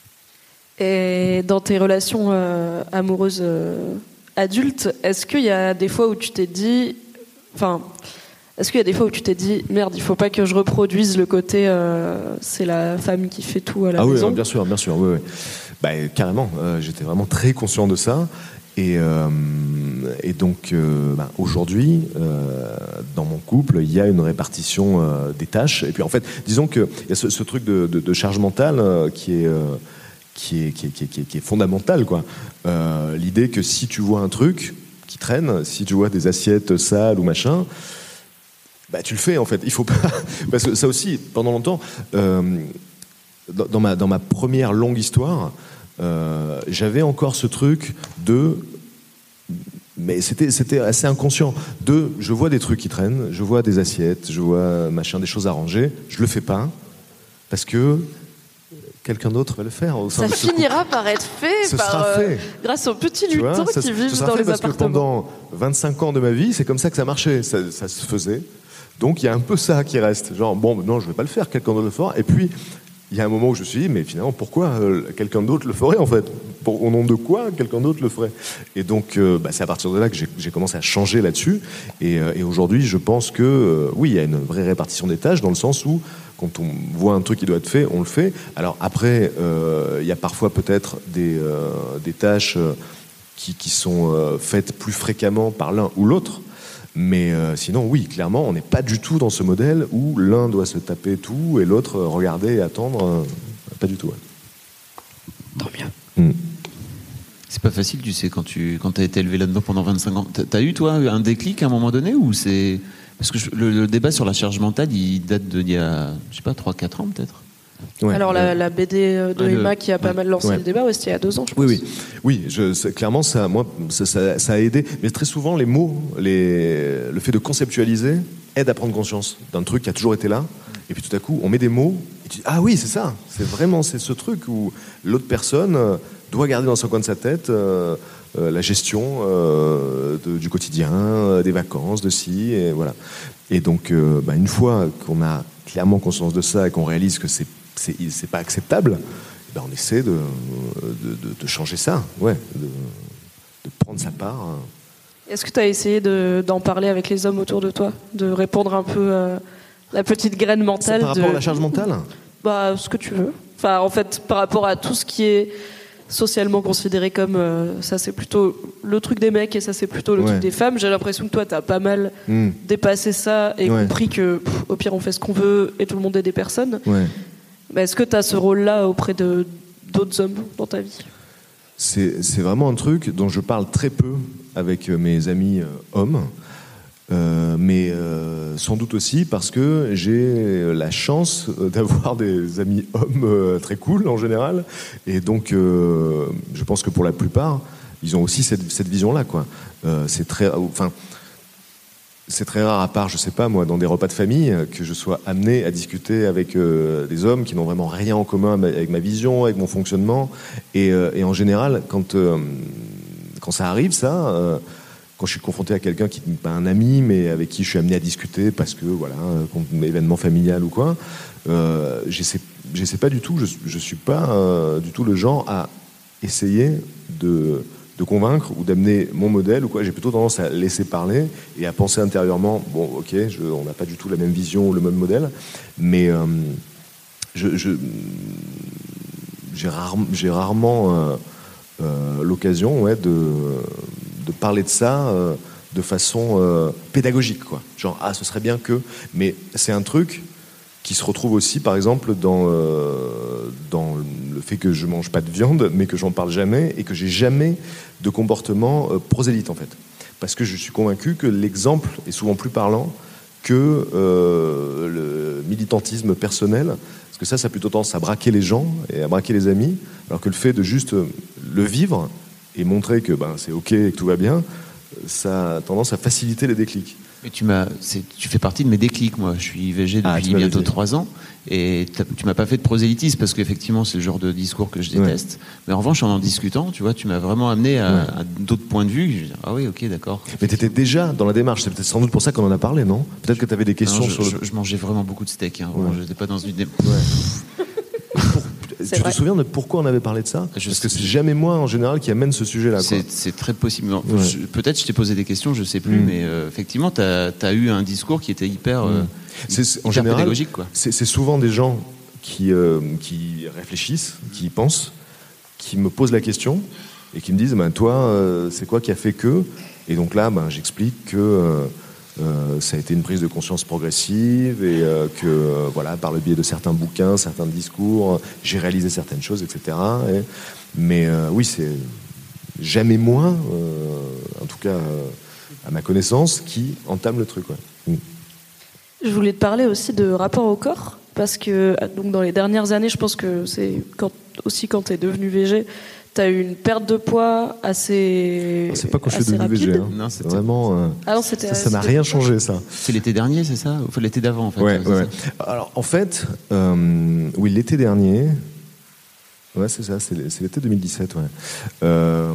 Et dans tes relations euh, amoureuses euh, adultes, est-ce qu'il y a des fois où tu t'es dit, enfin. Est-ce qu'il y a des fois où tu t'es dit merde, il faut pas que je reproduise le côté euh, c'est la femme qui fait tout à la ah maison? Ah oui, bien sûr, bien sûr, oui, oui. Bah, carrément. Euh, j'étais vraiment très conscient de ça. Et, euh, et donc euh, bah, aujourd'hui, euh, dans mon couple, il y a une répartition euh, des tâches. Et puis en fait, disons qu'il y a ce, ce truc de, de, de charge mentale euh, qui est euh, qui est qui est, qui est, qui est, qui est fondamental, quoi. Euh, l'idée que si tu vois un truc qui traîne, si tu vois des assiettes sales ou machin. Bah, tu le fais en fait, il faut pas. Parce que ça aussi, pendant longtemps, euh, dans, dans, ma, dans ma première longue histoire, euh, j'avais encore ce truc de. Mais c'était, c'était assez inconscient. De, je vois des trucs qui traînent, je vois des assiettes, je vois machin, des choses à ranger, je le fais pas, parce que quelqu'un d'autre va le faire. Ça finira par être fait, ce par, sera euh, fait. grâce aux petits lutins qui vivent dans les parce appartements. Que pendant vingt-cinq ans de ma vie, c'est comme ça que ça marchait, ça, ça se faisait. Donc il y a un peu ça qui reste. Genre, bon, non, je ne vais pas le faire, quelqu'un d'autre le fera. Et puis, il y a un moment où je me suis dit, mais finalement, pourquoi euh, quelqu'un d'autre le ferait, en fait? Pour, au nom de quoi quelqu'un d'autre le ferait? Et donc, euh, bah, c'est à partir de là que j'ai, j'ai commencé à changer là-dessus. Et, euh, et aujourd'hui, je pense que, euh, oui, il y a une vraie répartition des tâches, dans le sens où, quand on voit un truc qui doit être fait, on le fait. Alors après, euh, il y a parfois peut-être des, euh, des tâches qui, qui sont euh, faites plus fréquemment par l'un ou l'autre. Mais euh, sinon, oui, clairement, on n'est pas du tout dans ce modèle où l'un doit se taper tout et l'autre euh, regarder et attendre. Euh, pas du tout. Ouais. Tant mieux. Mm. C'est pas facile, tu sais, quand tu quand as été élevé là-dedans pendant vingt-cinq ans. T'as, t'as eu, toi, un déclic à un moment donné ou c'est... Parce que je, le, le débat sur la charge mentale, il date d'il y a, je sais pas, trois quatre ans peut-être. Ouais, Alors la, la B D de ouais, Emma le, qui a pas ouais, mal lancé ouais. le débat, ouais, c'était il y a deux ans, je pense. Oui, oui, oui. Je, c'est, clairement, ça, moi, ça, ça, ça a aidé. Mais très souvent, les mots, les, le fait de conceptualiser aide à prendre conscience d'un truc qui a toujours été là. Et puis tout à coup, on met des mots. Et tu dis, ah oui, c'est ça. C'est vraiment c'est ce truc où l'autre personne doit garder dans son coin de sa tête euh, euh, la gestion euh, de, du quotidien, euh, des vacances, de ci, et voilà. Et donc, euh, bah, une fois qu'on a clairement conscience de ça et qu'on réalise que c'est c'est, c'est pas acceptable, ben on essaie de, de, de, de changer ça, ouais, de, de prendre sa part. Est-ce que tu as essayé de, d'en parler avec les hommes autour de toi, de répondre un peu à la petite graine mentale? C'est par rapport de... à la charge mentale? Bah, ce que tu veux. Enfin, en fait, par rapport à tout ce qui est socialement considéré comme euh, ça, c'est plutôt le truc des mecs et ça, c'est plutôt le ouais. truc des femmes. J'ai l'impression que toi, t'as pas mal mm. dépassé ça et ouais. compris que, pff, au pire, on fait ce qu'on veut et tout le monde est des personnes. Ouais. Mais est-ce que tu as ce rôle-là auprès de, d'autres hommes dans ta vie? c'est, c'est vraiment un truc dont je parle très peu avec mes amis euh, hommes, euh, mais euh, sans doute aussi parce que j'ai la chance d'avoir des amis hommes euh, très cool en général, et donc euh, je pense que pour la plupart, ils ont aussi cette, cette vision-là, quoi. Euh, c'est très... Enfin, c'est très rare, à part, je sais pas moi, dans des repas de famille, que je sois amené à discuter avec euh, des hommes qui n'ont vraiment rien en commun avec ma vision, avec mon fonctionnement. Et, euh, et en général, quand, euh, quand ça arrive, ça, euh, quand je suis confronté à quelqu'un qui n'est pas un ami, mais avec qui je suis amené à discuter parce que, voilà, un événement familial ou quoi, euh, j'essaie, j'essaie pas du tout, je, je suis pas euh, du tout le genre à essayer de... de convaincre ou d'amener mon modèle ou quoi. J'ai plutôt tendance à laisser parler et à penser intérieurement, bon ok, je, on n'a pas du tout la même vision ou le même modèle, mais euh, je, je, j'ai, rare, j'ai rarement euh, euh, l'occasion ouais, de, de parler de ça euh, de façon euh, pédagogique, quoi. Genre, ah, ce serait bien que... Mais c'est un truc qui se retrouve aussi, par exemple, dans, euh, dans le fait que je mange pas de viande, mais que j'en parle jamais, et que j'ai jamais de comportement euh, prosélyte, en fait. Parce que je suis convaincu que l'exemple est souvent plus parlant que euh, le militantisme personnel, parce que ça, ça a plutôt tendance à braquer les gens et à braquer les amis, alors que le fait de juste le vivre et montrer que ben, c'est ok et que tout va bien, ça a tendance à faciliter les déclics. Mais tu m'as, c'est, tu fais partie de mes déclics, moi. Je suis V G depuis ah, bientôt trois ans, et tu m'as pas fait de prosélytisme parce qu'effectivement c'est le genre de discours que je déteste. Ouais. Mais en revanche, en en discutant, tu vois, tu m'as vraiment amené à, ouais. à d'autres points de vue. Je dis, ah oui, ok, d'accord. Mais t'étais déjà dans la démarche. C'est peut-être sans doute pour ça qu'on en a parlé, non? Peut-être que t'avais des questions non, je, sur. Je, le... je mangeais vraiment beaucoup de steak. Hein. Ouais. J'étais pas dans une démarche. Ouais. Tu vrai. te souviens de pourquoi on avait parlé de ça? je Parce que c'est jamais moi, en général, qui amène ce sujet-là. Quoi. C'est, c'est très possible. Ouais. Je, peut-être je t'ai posé des questions, je sais plus, mmh. mais euh, effectivement, tu as eu un discours qui était hyper, mmh. euh, c'est, c'est, hyper en général, pédagogique. Quoi. C'est, c'est souvent des gens qui, euh, qui réfléchissent, qui y pensent, qui me posent la question et qui me disent ben, toi, euh, c'est quoi qui a fait que... Et donc là, ben, j'explique que... Euh, Euh, ça a été une prise de conscience progressive et euh, que euh, voilà, par le biais de certains bouquins, certains discours, j'ai réalisé certaines choses, et cetera. Et, mais euh, oui, c'est jamais moi, euh, en tout cas euh, à ma connaissance, qui entame le truc. Ouais. Mm. Je voulais te parler aussi de rapport au corps, parce que donc, dans les dernières années, je pense que c'est quand, aussi quand tu es devenu V G, t'as eu une perte de poids assez rapide. C'est pas quand je suis devenu V G, hein. Non, c'était vraiment. Euh, ah non, c'était, ça, ça n'a rien changé, ça. C'est l'été dernier, c'est ça? Enfin, l'été d'avant, en fait. Ouais, ouais. Alors, en fait, euh, oui, l'été dernier. Ouais, c'est ça, c'est, c'est l'été deux mille dix-sept, ouais. Euh,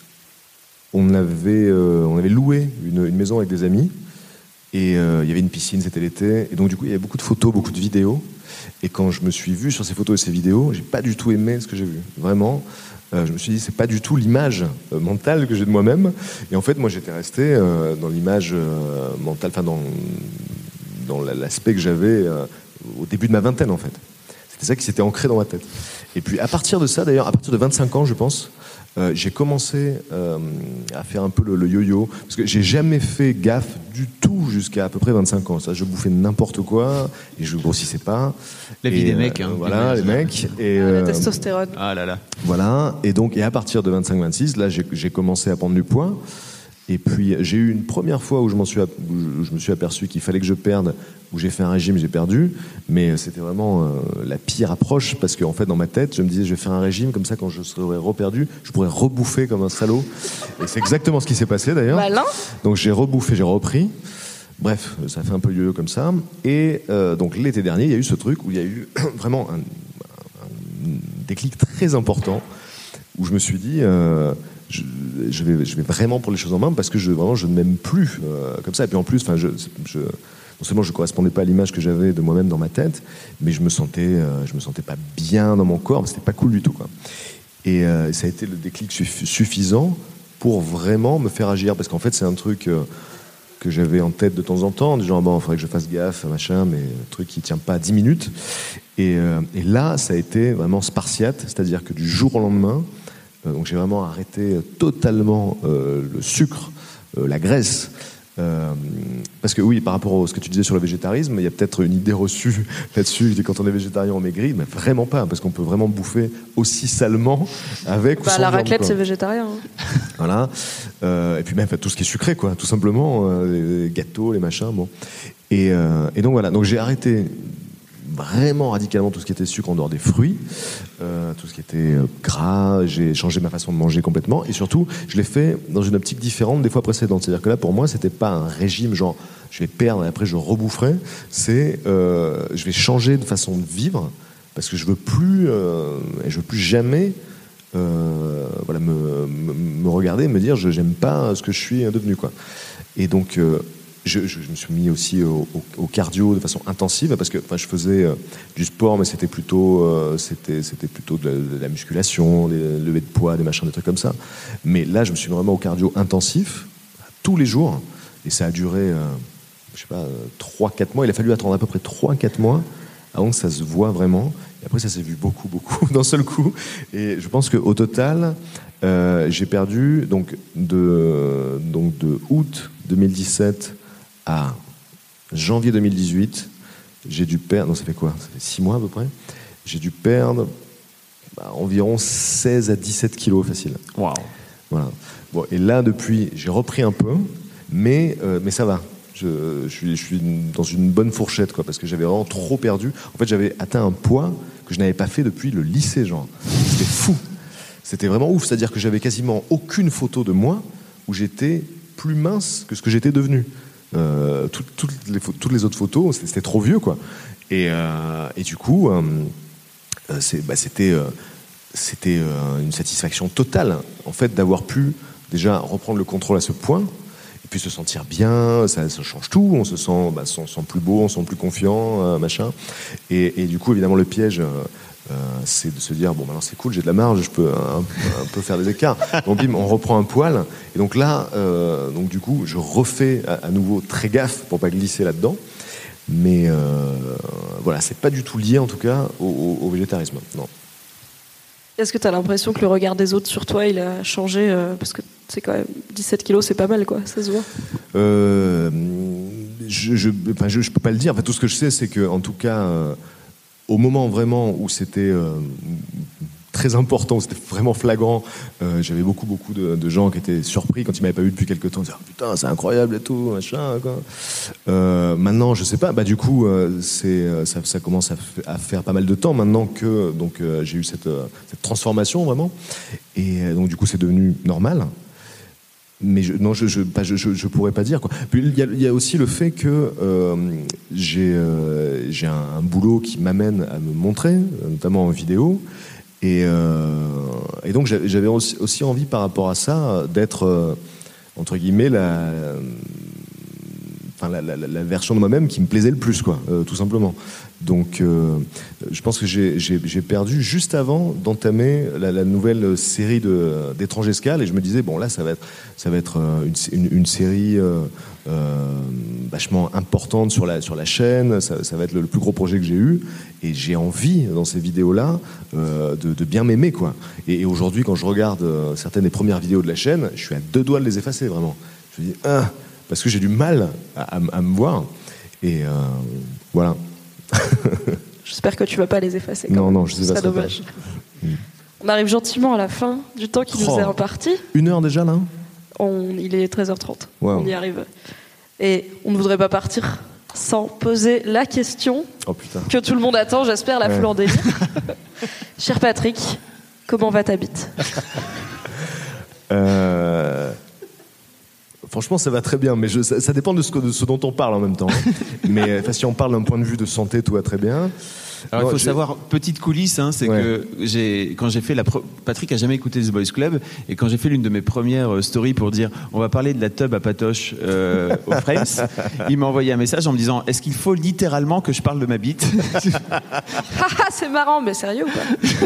on avait, euh, on avait loué une, une maison avec des amis, et euh, il y avait une piscine, c'était l'été, et donc du coup, il y avait beaucoup de photos, beaucoup de vidéos. Et quand je me suis vu sur ces photos et ces vidéos, j'ai pas du tout aimé ce que j'ai vu, vraiment. Euh, je me suis dit, c'est pas du tout l'image euh, mentale que j'ai de moi-même. Et en fait, moi, j'étais resté euh, dans l'image euh, mentale, enfin, dans, dans l'aspect que j'avais euh, au début de ma vingtaine, en fait. C'était ça qui s'était ancré dans ma tête. Et puis à partir de ça, d'ailleurs, à partir de vingt-cinq ans, je pense, euh, j'ai commencé euh, à faire un peu le, le yo-yo, parce que j'ai jamais fait gaffe du tout jusqu'à à peu près vingt-cinq ans. Ça, je bouffais n'importe quoi et je grossissais pas. La vie et, des mecs, euh, hein. Voilà, les mecs. Et, ah, euh, la testostérone. Ah là là. Voilà. Et donc, et à partir de vingt-cinq vingt-six, là, j'ai, j'ai commencé à prendre du poids. Et puis j'ai eu une première fois où je, m'en suis, où je me suis aperçu qu'il fallait que je perde, où j'ai fait un régime, j'ai perdu, mais c'était vraiment euh, la pire approche, parce qu'en fait dans ma tête je me disais je vais faire un régime, comme ça quand je serai reperdu, je pourrais rebouffer comme un salaud. Et c'est exactement ce qui s'est passé d'ailleurs. Malin. Donc j'ai rebouffé, j'ai repris. Bref, ça fait un peu yo-yo comme ça. Et euh, donc l'été dernier, il y a eu ce truc où il y a eu vraiment un, un déclic très important, où je me suis dit... Euh, Je, je, vais, je vais vraiment prendre les choses en main parce que je, vraiment, je ne m'aime plus euh, comme ça. Et puis en plus, je, je, non seulement je ne correspondais pas à l'image que j'avais de moi-même dans ma tête, mais je me sentais, euh, je me sentais pas bien dans mon corps. C'était pas cool du tout, quoi. Et euh, ça a été le déclic suffisant pour vraiment me faire agir, parce qu'en fait, c'est un truc euh, que j'avais en tête de temps en temps, du genre bon, il faudrait que je fasse gaffe, machin, mais un truc qui tient pas dix minutes. Et, euh, et là, ça a été vraiment spartiate, c'est-à-dire que du jour au lendemain. Donc j'ai vraiment arrêté totalement euh, le sucre, euh, la graisse. Euh, parce que oui, par rapport à ce que tu disais sur le végétarisme, il y a peut-être une idée reçue là-dessus, quand on est végétarien on maigrit, mais vraiment pas, parce qu'on peut vraiment bouffer aussi salement avec bah, ou sans la viande, raclette quoi. C'est végétarien. Hein. Voilà. Euh, et puis même tout ce qui est sucré, quoi, tout simplement, euh, les gâteaux, les machins, bon. Et, euh, et donc voilà, donc j'ai arrêté vraiment radicalement tout ce qui était sucre en dehors des fruits, euh, tout ce qui était euh, gras. J'ai changé ma façon de manger complètement, et surtout je l'ai fait dans une optique différente des fois précédentes. C'est-à-dire que là pour moi c'était pas un régime genre je vais perdre et après je reboufferai, c'est euh, je vais changer de façon de vivre parce que je veux plus euh, et je veux plus jamais euh, voilà, me, me, me regarder et me dire je j'aime pas ce que je suis devenu, quoi. Et donc euh, Je, je, je me suis mis aussi au, au, au cardio de façon intensive, parce que enfin, je faisais euh, du sport, mais c'était plutôt, euh, c'était, c'était plutôt de la, de la musculation, des levées de poids, des machins, des trucs comme ça. Mais là, je me suis mis vraiment au cardio intensif, tous les jours, et ça a duré, euh, je sais pas, trois quatre mois. Il a fallu attendre à peu près trois quatre mois avant que ça se voit vraiment. Et après, ça s'est vu beaucoup, beaucoup d'un seul coup. Et je pense qu'au total, euh, j'ai perdu donc de, donc de août deux mille dix-sept à janvier deux mille dix-huit, j'ai dû perdre, non ça fait quoi, ça fait six mois à peu près, j'ai dû perdre bah, environ seize à dix-sept kilos facile. Waouh. Voilà. Bon, et là depuis, j'ai repris un peu, mais, euh, mais ça va. Je, je, suis, je suis dans une bonne fourchette, quoi, parce que j'avais vraiment trop perdu. En fait, j'avais atteint un poids que je n'avais pas fait depuis le lycée, genre. C'était fou. C'était vraiment ouf. C'est-à-dire que j'avais quasiment aucune photo de moi où j'étais plus mince que ce que j'étais devenu. Euh, tout, tout les, toutes les autres photos, c'était, c'était trop vieux, quoi. Et, euh, et du coup, euh, c'est, bah, c'était, euh, c'était euh, une satisfaction totale, en fait, d'avoir pu déjà reprendre le contrôle à ce point, et puis se sentir bien. Ça, ça change tout. On se sent, bah, on se sent plus beau, on se sent plus confiant, euh, machin. Et, et du coup, évidemment, le piège. Euh, Euh, c'est de se dire bon maintenant c'est cool, j'ai de la marge, je peux un, un peu faire des écarts. Donc bim, on reprend un poil, et donc là euh, donc du coup je refais à, à nouveau très gaffe pour pas glisser là-dedans, mais euh, voilà, c'est pas du tout lié en tout cas au, au, au végétarisme, non. Est-ce que tu as l'impression que le regard des autres sur toi il a changé, euh, parce que c'est quand même dix-sept kilos, c'est pas mal, quoi, ça se voit. euh, je, je, enfin, je, je peux pas le dire. Enfin, tout ce que je sais, c'est que en tout cas euh, au moment vraiment où c'était euh, très important, où c'était vraiment flagrant, euh, j'avais beaucoup beaucoup de, de gens qui étaient surpris quand ils m'avaient pas vu depuis quelques temps. Ils disaient oh, putain, c'est incroyable et tout, machin, quoi. Euh, maintenant, je sais pas. Bah du coup, euh, c'est ça, ça commence à, f- à faire pas mal de temps maintenant que donc euh, j'ai eu cette, euh, cette transformation vraiment. Et euh, donc du coup, c'est devenu normal. Mais je, non, je je, bah, je je je pourrais pas dire, quoi. Puis il y a, il y a aussi le fait que euh, j'ai euh, j'ai un, un boulot qui m'amène à me montrer, notamment en vidéo, et euh, et donc j'avais aussi, aussi envie par rapport à ça d'être euh, entre guillemets la enfin la, la, la version de moi-même qui me plaisait le plus, quoi, euh, tout simplement. Donc, euh, je pense que j'ai, j'ai, j'ai perdu juste avant d'entamer la, la nouvelle série de, d'Étrange Escale, et je me disais bon là ça va être, ça va être une, une, une série euh, euh, vachement importante sur la sur la chaîne, ça, ça va être le, le plus gros projet que j'ai eu, et j'ai envie dans ces vidéos-là euh, de, de bien m'aimer, quoi. Et, et aujourd'hui, quand je regarde euh, certaines des premières vidéos de la chaîne, je suis à deux doigts de les effacer, vraiment. Je me dis ah, parce que j'ai du mal à, à, à me voir, et euh, voilà. J'espère que tu vas pas les effacer. Non, non, je sais pas. C'est dommage. Pas. On arrive gentiment à la fin du temps qui oh, nous est imparti. Une heure déjà, là on, Il est treize heures trente. Wow. On y arrive. Et on ne voudrait pas partir sans poser la question oh, putain. que tout le monde attend, j'espère, la ouais. foule en délire. Cher Patrick, comment va ta bite? euh... Franchement, ça va très bien, mais je, ça, ça dépend de ce, que, de ce dont on parle en même temps. Mais enfin, si on parle d'un point de vue de santé, tout va très bien. Alors, non, il faut j'ai... savoir, petite coulisse, hein, c'est ouais. que j'ai, quand j'ai fait la... Pro... Patrick a jamais écouté The Boys Club, et quand j'ai fait l'une de mes premières stories pour dire on va parler de la tub à Patoche euh, au Frames, il m'a envoyé un message en me disant est-ce qu'il faut littéralement que je parle de ma bite? C'est marrant, mais sérieux ou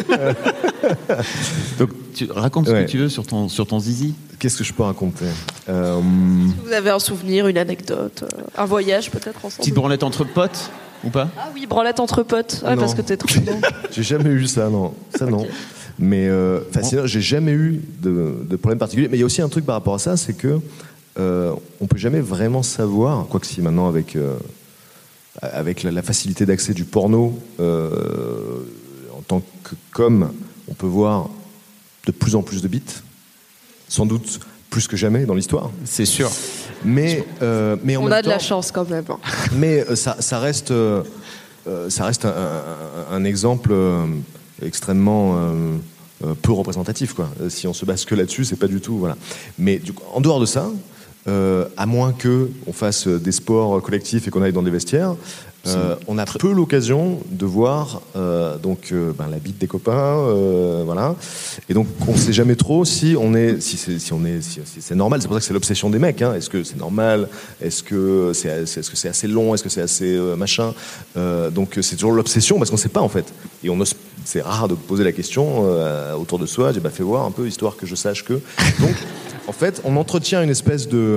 pas? Donc, tu racontes ouais. ce que tu veux sur ton, sur ton zizi. Qu'est-ce que je peux raconter euh... Si vous avez un souvenir, une anecdote, un voyage peut-être ensemble. Petite branlette entre potes ou pas? Ah oui, branlette entre potes, ouais, parce que t'es trop bon. J'ai jamais eu ça, non. Ça, non. Okay. Mais euh, sinon, j'ai jamais eu de, de problème particulier. Mais il y a aussi un truc par rapport à ça, c'est que euh, on peut jamais vraiment savoir, quoique si maintenant avec, euh, avec la, la facilité d'accès du porno, euh, en tant que com, on peut voir de plus en plus de bits. Sans doute plus que jamais dans l'histoire. C'est sûr. Mais, euh, mais en on même a temps, de la chance quand même. Mais euh, ça, ça reste, euh, ça reste un, un, un exemple euh, extrêmement euh, peu représentatif, quoi. Si on se base que là-dessus, c'est pas du tout. Voilà. Mais du coup, en dehors de ça, euh, à moins que on fasse des sports collectifs et qu'on aille dans des vestiaires, Euh, on a peu l'occasion de voir euh, donc euh, ben, la bite des copains, euh, voilà. Et donc on sait jamais trop si on est, si c'est, si on est, si, si c'est normal. C'est pour ça que c'est l'obsession des mecs. Hein. Est-ce que c'est normal? Est-ce que c'est, est-ce que c'est assez long? Est-ce que c'est assez euh, machin? euh, Donc c'est toujours l'obsession parce qu'on sait pas en fait. Et on ose, c'est rare de poser la question euh, autour de soi. J'ai bah fais voir un peu histoire que je sache que. Donc en fait on entretient une espèce de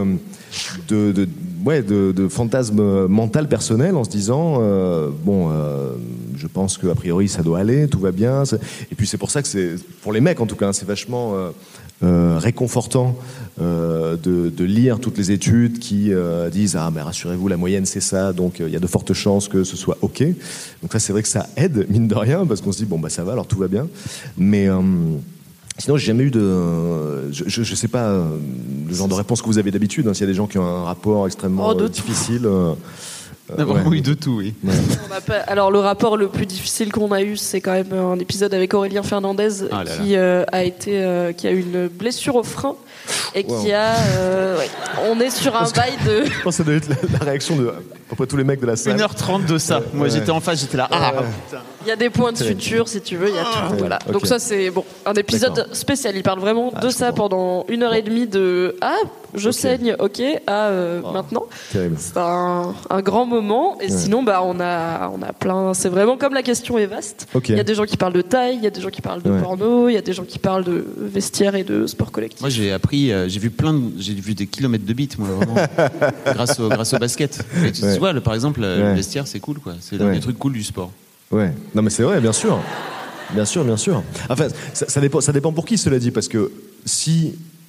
de, de ouais, de, de fantasme mental personnel en se disant euh, bon, euh, je pense qu'a priori ça doit aller, tout va bien. Et puis c'est pour ça que c'est, pour les mecs en tout cas, c'est vachement euh, euh, réconfortant euh, de, de lire toutes les études qui euh, disent ah mais rassurez-vous, la moyenne c'est ça, donc il euh, y a de fortes chances que ce soit ok. Donc là c'est vrai que ça aide mine de rien parce qu'on se dit bon bah ça va, alors tout va bien. Mais euh, sinon, j'ai jamais eu de. Je, je, je sais pas euh, le genre de réponse que vous avez d'habitude. Hein, s'il y a des gens qui ont un rapport extrêmement oh, euh, difficile. Euh, on a vraiment ouais. eu de tout, oui. Ouais. On a pas... Alors, le rapport le plus difficile qu'on a eu, c'est quand même un épisode avec Aurélien Fernandez ah là qui, là. Euh, a été, euh, qui a eu une blessure au frein et wow. qui a. Euh, ouais. On est sur un bail de. Je pense que ça doit être la, la réaction de à peu près tous les mecs de la salle. une heure trente de ça. Ouais, Moi, ouais. j'étais en face, j'étais là. Ah, ouais. putain. Il y a des points de suture, si tu veux, il y a tout. Ouais. Voilà. Okay. Donc ça, c'est bon, un épisode D'accord. spécial. Il parle vraiment ah, de ça comprends. pendant une heure et demie de ah, je okay. saigne, ok, à euh, oh. maintenant. Terrible. C'est un, un grand moment. Et ouais. sinon, bah, on a, on a plein. C'est vraiment comme la question est vaste. Okay. Il y a des gens qui parlent de taille, il y a des gens qui parlent de ouais. porno, il y a des gens qui parlent de vestiaire et de sport collectif. Moi, j'ai appris, euh, j'ai vu plein, de, j'ai vu des kilomètres de beats, moi, vraiment, grâce au, grâce au basket. Et tu, ouais. tu vois, le, par exemple, ouais. le vestiaire, c'est cool, quoi. C'est l'un ouais. des trucs cool du sport. Ouais, non mais c'est vrai, bien sûr, bien sûr, bien sûr. Enfin, ça, ça dépend, ça dépend pour qui, cela dit, parce que si,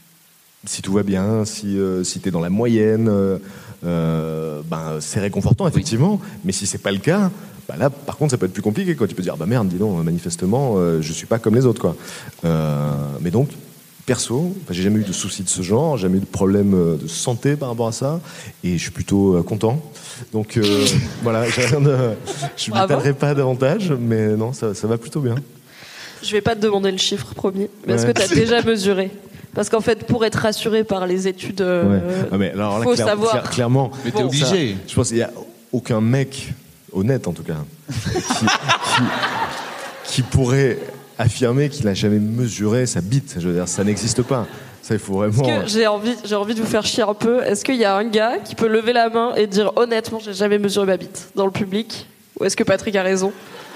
si tout va bien, si, euh, si t'es dans la moyenne, euh, euh, ben c'est réconfortant effectivement. Oui. Mais si c'est pas le cas, bah là, par contre, ça peut être plus compliqué, quoi. Tu peux dire, bah merde, dis donc, manifestement, euh, je suis pas comme les autres, quoi. Euh, mais donc. Perso, enfin, j'ai jamais eu de soucis de ce genre, jamais eu de problème de santé par rapport à ça, et je suis plutôt euh, content. Donc euh, voilà, j'ai rien de, je ne m'étalerai pas davantage, mais non, ça, ça va plutôt bien. Je vais pas te demander le chiffre premier, mais ouais. est-ce que tu as déjà mesuré? Parce qu'en fait, pour être rassuré par les études, euh, ouais. ah, mais alors là, faut clair, savoir. Clair, clairement, mais t'es bon, obligé. Ça, je pense qu'il y a aucun mec honnête, en tout cas, qui, qui, qui pourrait affirmer qu'il n'a jamais mesuré sa bite. Je veux dire, ça n'existe pas. Ça, il faut vraiment. Est-ce que j'ai envie, j'ai envie de vous faire chier un peu. Est-ce qu'il y a un gars qui peut lever la main et dire honnêtement, j'ai jamais mesuré ma bite dans le public? Ou est-ce que Patrick a raison?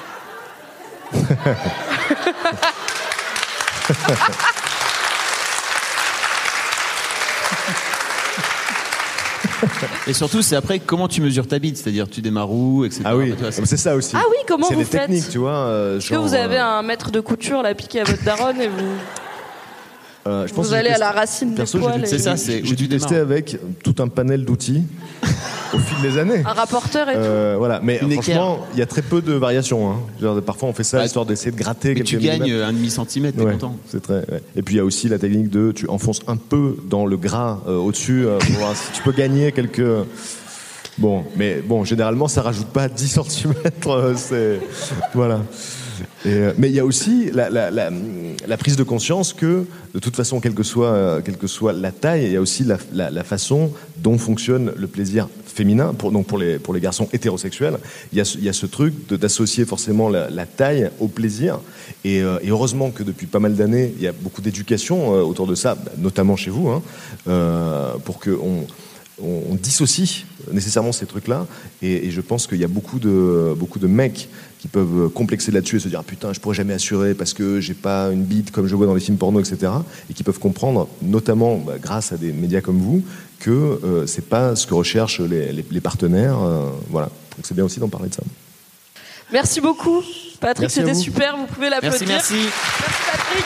Et surtout, c'est après comment tu mesures ta bite, c'est-à-dire tu démarres où, et cetera. Ah oui, toi, c'est... c'est ça aussi. Ah oui, comment c'est vous les faites? techniques, tu vois. Euh, Est-ce que vous avez euh... un maître de couture là piqué à votre daronne et vous euh, je pense vous allez à la racine des poils? C'est ça, c'est j'ai dû tester avec tout un panel d'outils au fil des années. Un rapporteur et euh, tout. Voilà, mais Une franchement, il y a très peu de variations. Hein. Genre, parfois, on fait ça bah, histoire d'essayer de gratter. Mais tu gagnes un demi centimètre, t'es ouais, content. C'est très. Ouais. Et puis il y a aussi la technique de, tu enfonces un peu dans le gras euh, au-dessus euh, pour voir si tu peux gagner quelques. Bon, mais bon, généralement, ça rajoute pas dix centimètres. Euh, c'est voilà. Et, euh, mais il y a aussi la, la, la, la prise de conscience que, de toute façon, quelle que soit, euh, quelle que soit la taille, il y a aussi la, la, la façon dont fonctionne le plaisir féminin, pour, donc pour les, pour les garçons hétérosexuels. Il y a, il y a ce truc de, d'associer forcément la, la taille au plaisir. Et, euh, et heureusement que depuis pas mal d'années, il y a beaucoup d'éducation euh, autour de ça, notamment chez vous, hein, euh, pour qu'on on dissocie nécessairement ces trucs-là. Et, et je pense qu'il y a beaucoup de, beaucoup de mecs qui peuvent complexer là-dessus et se dire ah, putain, je pourrais jamais assurer parce que j'ai pas une bite comme je vois dans les films porno, et cetera. Et qui peuvent comprendre, notamment bah, grâce à des médias comme vous, que euh, c'est pas ce que recherchent les, les, les partenaires. Euh, voilà. Donc c'est bien aussi d'en parler de ça. Merci beaucoup, Patrick. Merci c'était super. Vous pouvez l'applaudir. Merci, merci. Merci, Patrick.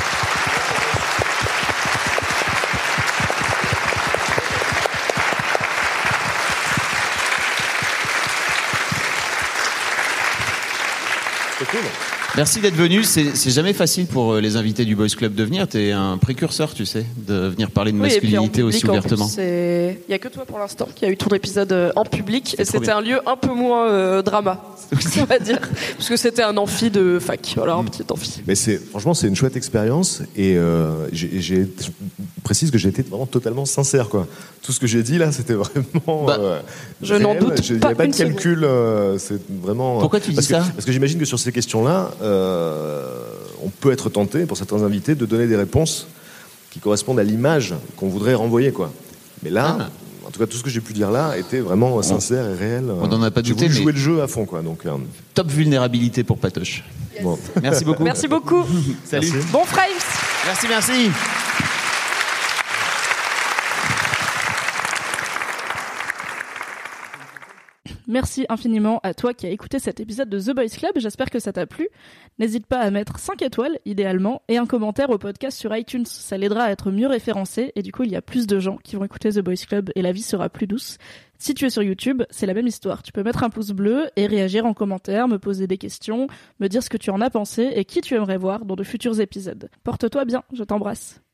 C'est cool. Merci d'être venu. C'est, c'est jamais facile pour les invités du Boys Club de venir. T'es un précurseur, tu sais, de venir parler de oui, masculinité aussi ouvertement. Il n'y a que toi pour l'instant qui a eu ton épisode en public. C'est et c'était bien. un lieu un peu moins euh, drama, on va dire. Parce que c'était un amphi de fac. Voilà, un petit amphi. Mais c'est, franchement, c'est une chouette expérience. Et euh, j'ai, j'ai, je précise que j'ai été vraiment totalement sincère, quoi. Tout ce que j'ai dit là, c'était vraiment. Bah, euh, je réel. n'en doute Il pas. n'y a pas de seconde. calcul. Euh, c'est vraiment. Pourquoi tu dis parce ça que, Parce que j'imagine que sur ces questions-là, euh, on peut être tenté, pour certains invités, de donner des réponses qui correspondent à l'image qu'on voudrait renvoyer, quoi. Mais là. Ah. En tout cas, tout ce que j'ai pu dire là était vraiment sincère et réel. On n'en a pas douté. J'ai voulu jouer le jeu à fond, quoi. Donc, euh... top vulnérabilité pour Patoche. Yes. Bon. Merci beaucoup. Merci beaucoup. Salut. Merci. Bon frames. Merci, merci. Merci infiniment à toi qui as écouté cet épisode de The Boys Club. J'espère que ça t'a plu. N'hésite pas à mettre cinq étoiles, idéalement, et un commentaire au podcast sur iTunes. Ça l'aidera à être mieux référencé, et du coup, il y a plus de gens qui vont écouter The Boys Club, et la vie sera plus douce. Si tu es sur YouTube, c'est la même histoire. Tu peux mettre un pouce bleu et réagir en commentaire, me poser des questions, me dire ce que tu en as pensé, et qui tu aimerais voir dans de futurs épisodes. Porte-toi bien, je t'embrasse.